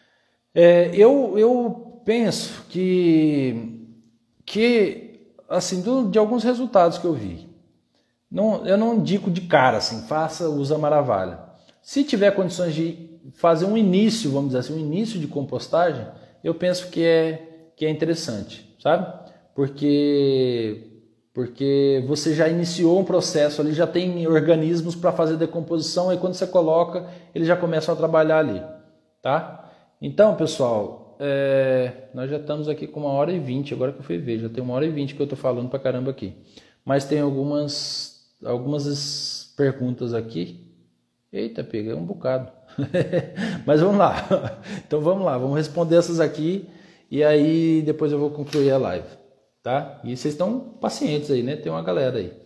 Eu penso que assim, de alguns resultados que eu vi, eu não indico de cara assim, usa a maravalha. Se tiver condições de fazer um início, vamos dizer assim, um início de compostagem, eu penso que é interessante, sabe? Porque você já iniciou um processo ali, já tem organismos para fazer decomposição, e quando você coloca, eles já começam a trabalhar ali, tá? Então, pessoal, nós já estamos aqui com 1h20, agora que eu fui ver, já tem 1h20 que eu estou falando pra caramba aqui. Mas tem algumas perguntas aqui. Eita, peguei um bocado. Mas vamos lá. Então vamos lá, vamos responder essas aqui, e aí depois eu vou concluir a live. Tá? E vocês estão pacientes aí, né? Tem uma galera aí.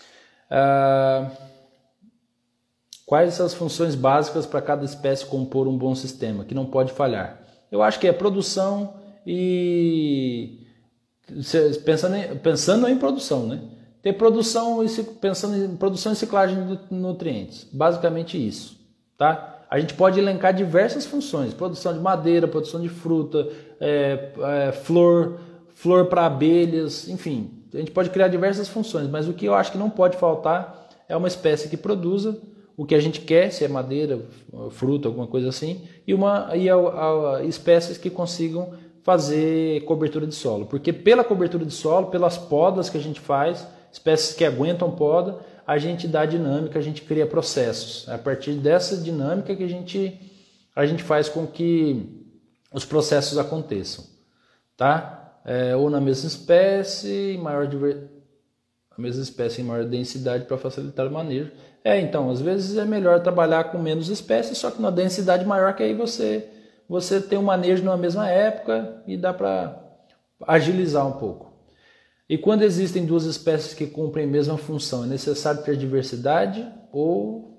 Quais as funções básicas para cada espécie compor um bom sistema, que não pode falhar? Eu acho que é produção e... Pensando em produção, né? Ter produção e pensando em produção e ciclagem de nutrientes. Basicamente isso, tá? A gente pode elencar diversas funções. Produção de madeira, produção de fruta, flor para abelhas, enfim, a gente pode criar diversas funções, mas o que eu acho que não pode faltar é uma espécie que produza o que a gente quer, se é madeira, fruta, alguma coisa assim, e espécies que consigam fazer cobertura de solo, porque pela cobertura de solo, pelas podas que a gente faz, espécies que aguentam poda, a gente dá dinâmica, a gente cria processos. É a partir dessa dinâmica que a gente faz com que os processos aconteçam, tá? Ou na mesma espécie, a mesma espécie em maior densidade para facilitar o manejo. Então, às vezes é melhor trabalhar com menos espécies, só que na densidade maior, que aí você tem um manejo na mesma época e dá para agilizar um pouco. E quando existem duas espécies que cumprem a mesma função, é necessário ter diversidade ou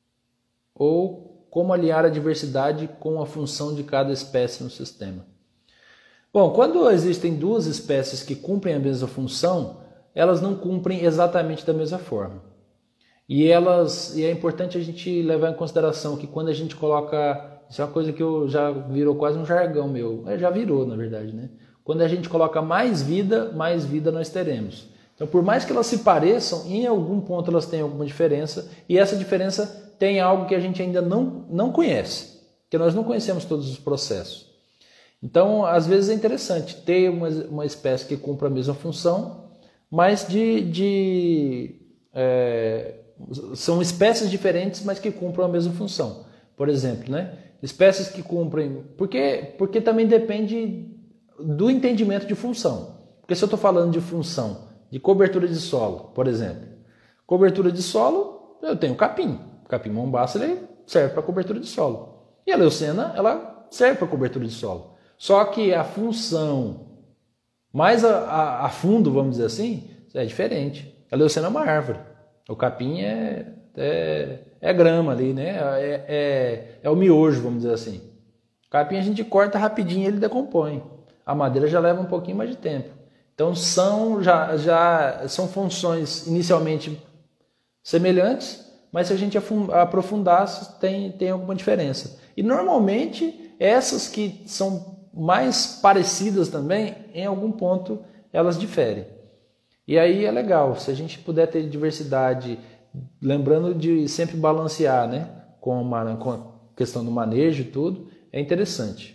como alinhar a diversidade com a função de cada espécie no sistema? Bom, quando existem duas espécies que cumprem a mesma função, elas não cumprem exatamente da mesma forma. E é importante a gente levar em consideração que quando a gente coloca... Isso é uma coisa que já virou quase um jargão meu. Já virou, na verdade, né? Quando a gente coloca mais vida nós teremos. Então, por mais que elas se pareçam, em algum ponto elas têm alguma diferença, e essa diferença tem algo que a gente ainda não conhece, que nós não conhecemos todos os processos. Então, às vezes é interessante ter uma espécie que cumpra a mesma função, mas de são espécies diferentes, mas que cumprem a mesma função. Por exemplo, né? Espécies que cumprem... Porque também depende do entendimento de função. Porque se eu estou falando de função de cobertura de solo, por exemplo, cobertura de solo, eu tenho capim. O capim mombaça ele serve para cobertura de solo. E a leucena, ela serve para cobertura de solo. Só que a função mais a fundo, vamos dizer assim, é diferente. A leucena é uma árvore. O capim é grama ali, né? É o miojo, vamos dizer assim. O capim a gente corta rapidinho e ele decompõe. A madeira já leva um pouquinho mais de tempo. Então são funções inicialmente semelhantes, mas se a gente aprofundar, tem alguma diferença. E normalmente essas que são mais parecidas também, em algum ponto elas diferem. E aí é legal, se a gente puder ter diversidade, lembrando de sempre balancear, né, com a questão do manejo e tudo, é interessante.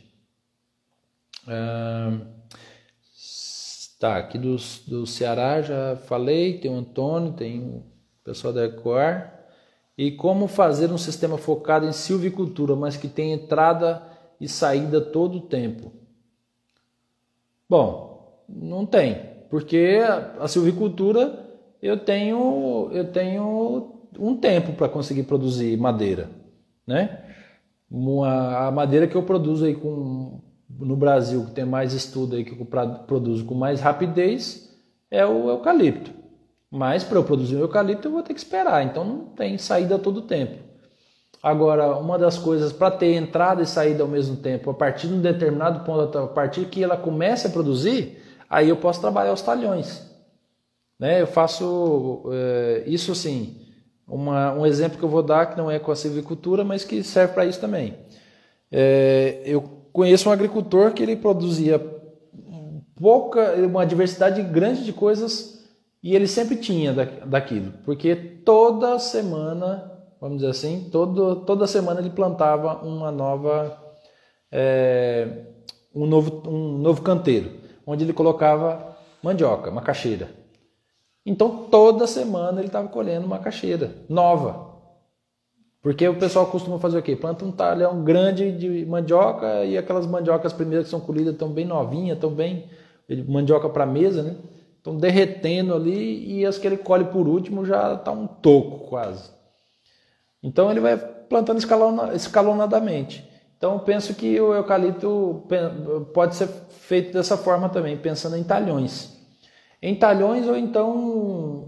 Aqui do Ceará já falei, tem o Antônio, tem o pessoal da Ecoar. E como fazer um sistema focado em silvicultura, mas que tem entrada e saída todo o tempo? Bom, não tem, porque a silvicultura eu tenho um tempo para conseguir produzir madeira, né? A madeira que eu produzo aí no Brasil, que tem mais estudo aí, que eu produzo com mais rapidez, é o eucalipto. Mas para eu produzir o eucalipto eu vou ter que esperar, então não tem saída todo o tempo. Agora, uma das coisas para ter entrada e saída ao mesmo tempo, a partir de um determinado ponto, a partir que ela comece a produzir, aí eu posso trabalhar os talhões. Né? Eu faço isso assim, um exemplo que eu vou dar, que não é com a silvicultura, mas que serve para isso também. Eu conheço um agricultor que ele produzia uma diversidade grande de coisas e ele sempre tinha daquilo, porque toda semana, vamos dizer assim, toda semana ele plantava um novo canteiro, onde ele colocava mandioca, macaxeira. Então toda semana ele estava colhendo macaxeira nova. Porque o pessoal costuma fazer o quê? Planta um talhão grande de mandioca e aquelas mandiocas primeiras que são colhidas estão bem novinhas, estão bem mandioca para mesa, né? Estão derretendo ali e as que ele colhe por último já está um toco quase. Então ele vai plantando escalonadamente. Então eu penso que o eucalipto pode ser feito dessa forma também, pensando em talhões. Em talhões ou então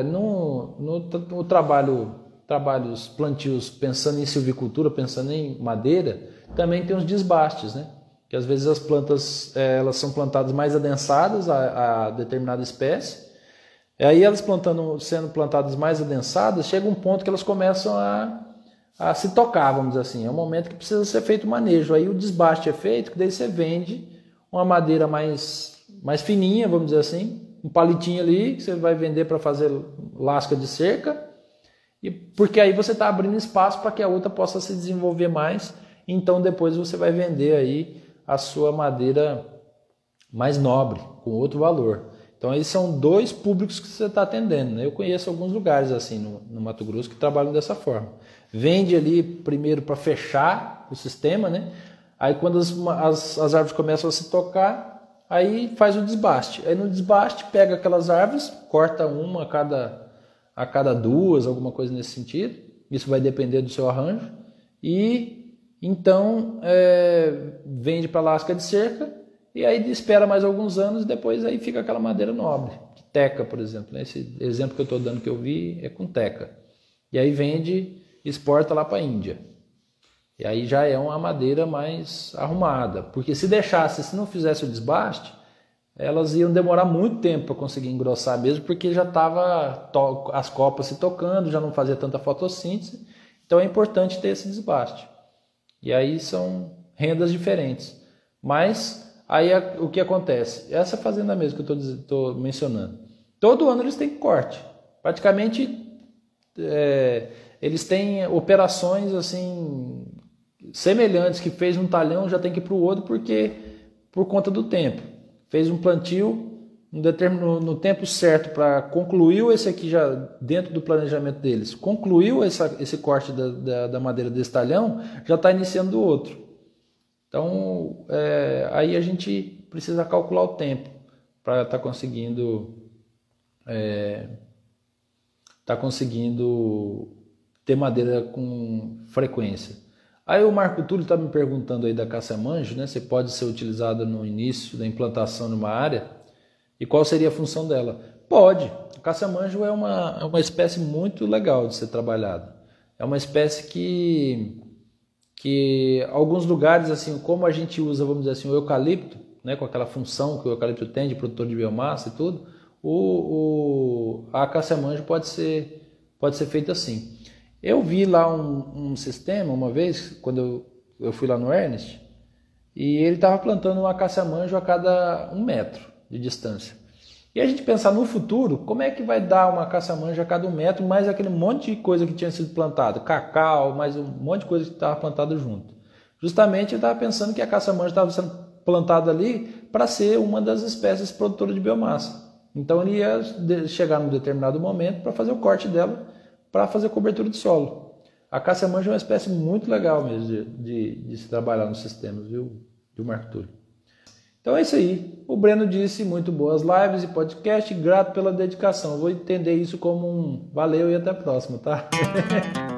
no trabalhos plantios pensando em silvicultura, pensando em madeira, também tem os desbastes, né? Que às vezes as plantas elas são plantadas mais adensadas a determinada espécie, e aí elas sendo plantadas mais adensadas, chega um ponto que elas começam a se tocar, vamos dizer assim, é um momento que precisa ser feito o manejo, aí o desbaste é feito, que daí você vende uma madeira mais fininha, vamos dizer assim, um palitinho ali, que você vai vender para fazer lasca de cerca, porque aí você está abrindo espaço para que a outra possa se desenvolver mais, então depois você vai vender aí a sua madeira mais nobre, com outro valor. Então, esses são dois públicos que você está atendendo. Né? Eu conheço alguns lugares assim no Mato Grosso que trabalham dessa forma. Vende ali primeiro para fechar o sistema, né? Aí quando as árvores começam a se tocar, aí faz o desbaste. Aí no desbaste pega aquelas árvores, corta uma a cada duas, alguma coisa nesse sentido. Isso vai depender do seu arranjo. E então vende para lasca de cerca e aí espera mais alguns anos e depois aí fica aquela madeira nobre, teca, por exemplo. Né? Esse exemplo que eu estou dando que eu vi é com teca. E aí vende, exporta lá para a Índia. E aí já é uma madeira mais arrumada, porque se não fizesse o desbaste, elas iam demorar muito tempo para conseguir engrossar mesmo, porque já estava as copas se tocando, já não fazia tanta fotossíntese. Então é importante ter esse desbaste. E aí são rendas diferentes. Mas aí o que acontece? Essa fazenda mesmo que eu estou mencionando. Todo ano eles têm corte. Praticamente eles têm operações assim semelhantes, que fez um talhão já tem que ir para o outro por conta do tempo. Fez um plantio, no tempo certo para concluiu esse aqui já dentro do planejamento deles, concluiu esse corte da madeira desse talhão, já está iniciando do outro. Então, aí a gente precisa calcular o tempo para estar conseguindo ter madeira com frequência. Aí o Marco Túlio está me perguntando aí da caça-manjo, né? Se pode ser utilizada no início da implantação numa área e qual seria a função dela. Pode. A caça-manjo é uma espécie muito legal de ser trabalhada. É uma espécie que alguns lugares, assim, como a gente usa, vamos dizer assim, o eucalipto, né, com aquela função que o eucalipto tem de produtor de biomassa e tudo, a caça-manjo pode ser feita assim. Eu vi lá um sistema uma vez, quando eu fui lá no Ernest, e ele estava plantando uma caça-manjo a cada 1 metro de distância. E a gente pensar no futuro, como é que vai dar uma caça-manjo a cada 1 metro, mais aquele monte de coisa que tinha sido plantado, cacau, mais um monte de coisa que estava plantado junto. Justamente eu estava pensando que a caça-manjo estava sendo plantada ali para ser uma das espécies produtoras de biomassa. Então ele ia chegar num determinado momento para fazer o corte dela, para fazer cobertura de solo. A caça-manjo é uma espécie muito legal mesmo de se trabalhar nos sistemas, viu, Marco Túlio? Então é isso aí. O Breno disse muito boas lives e podcast, grato pela dedicação. Eu vou entender isso como um valeu e até a próxima, tá?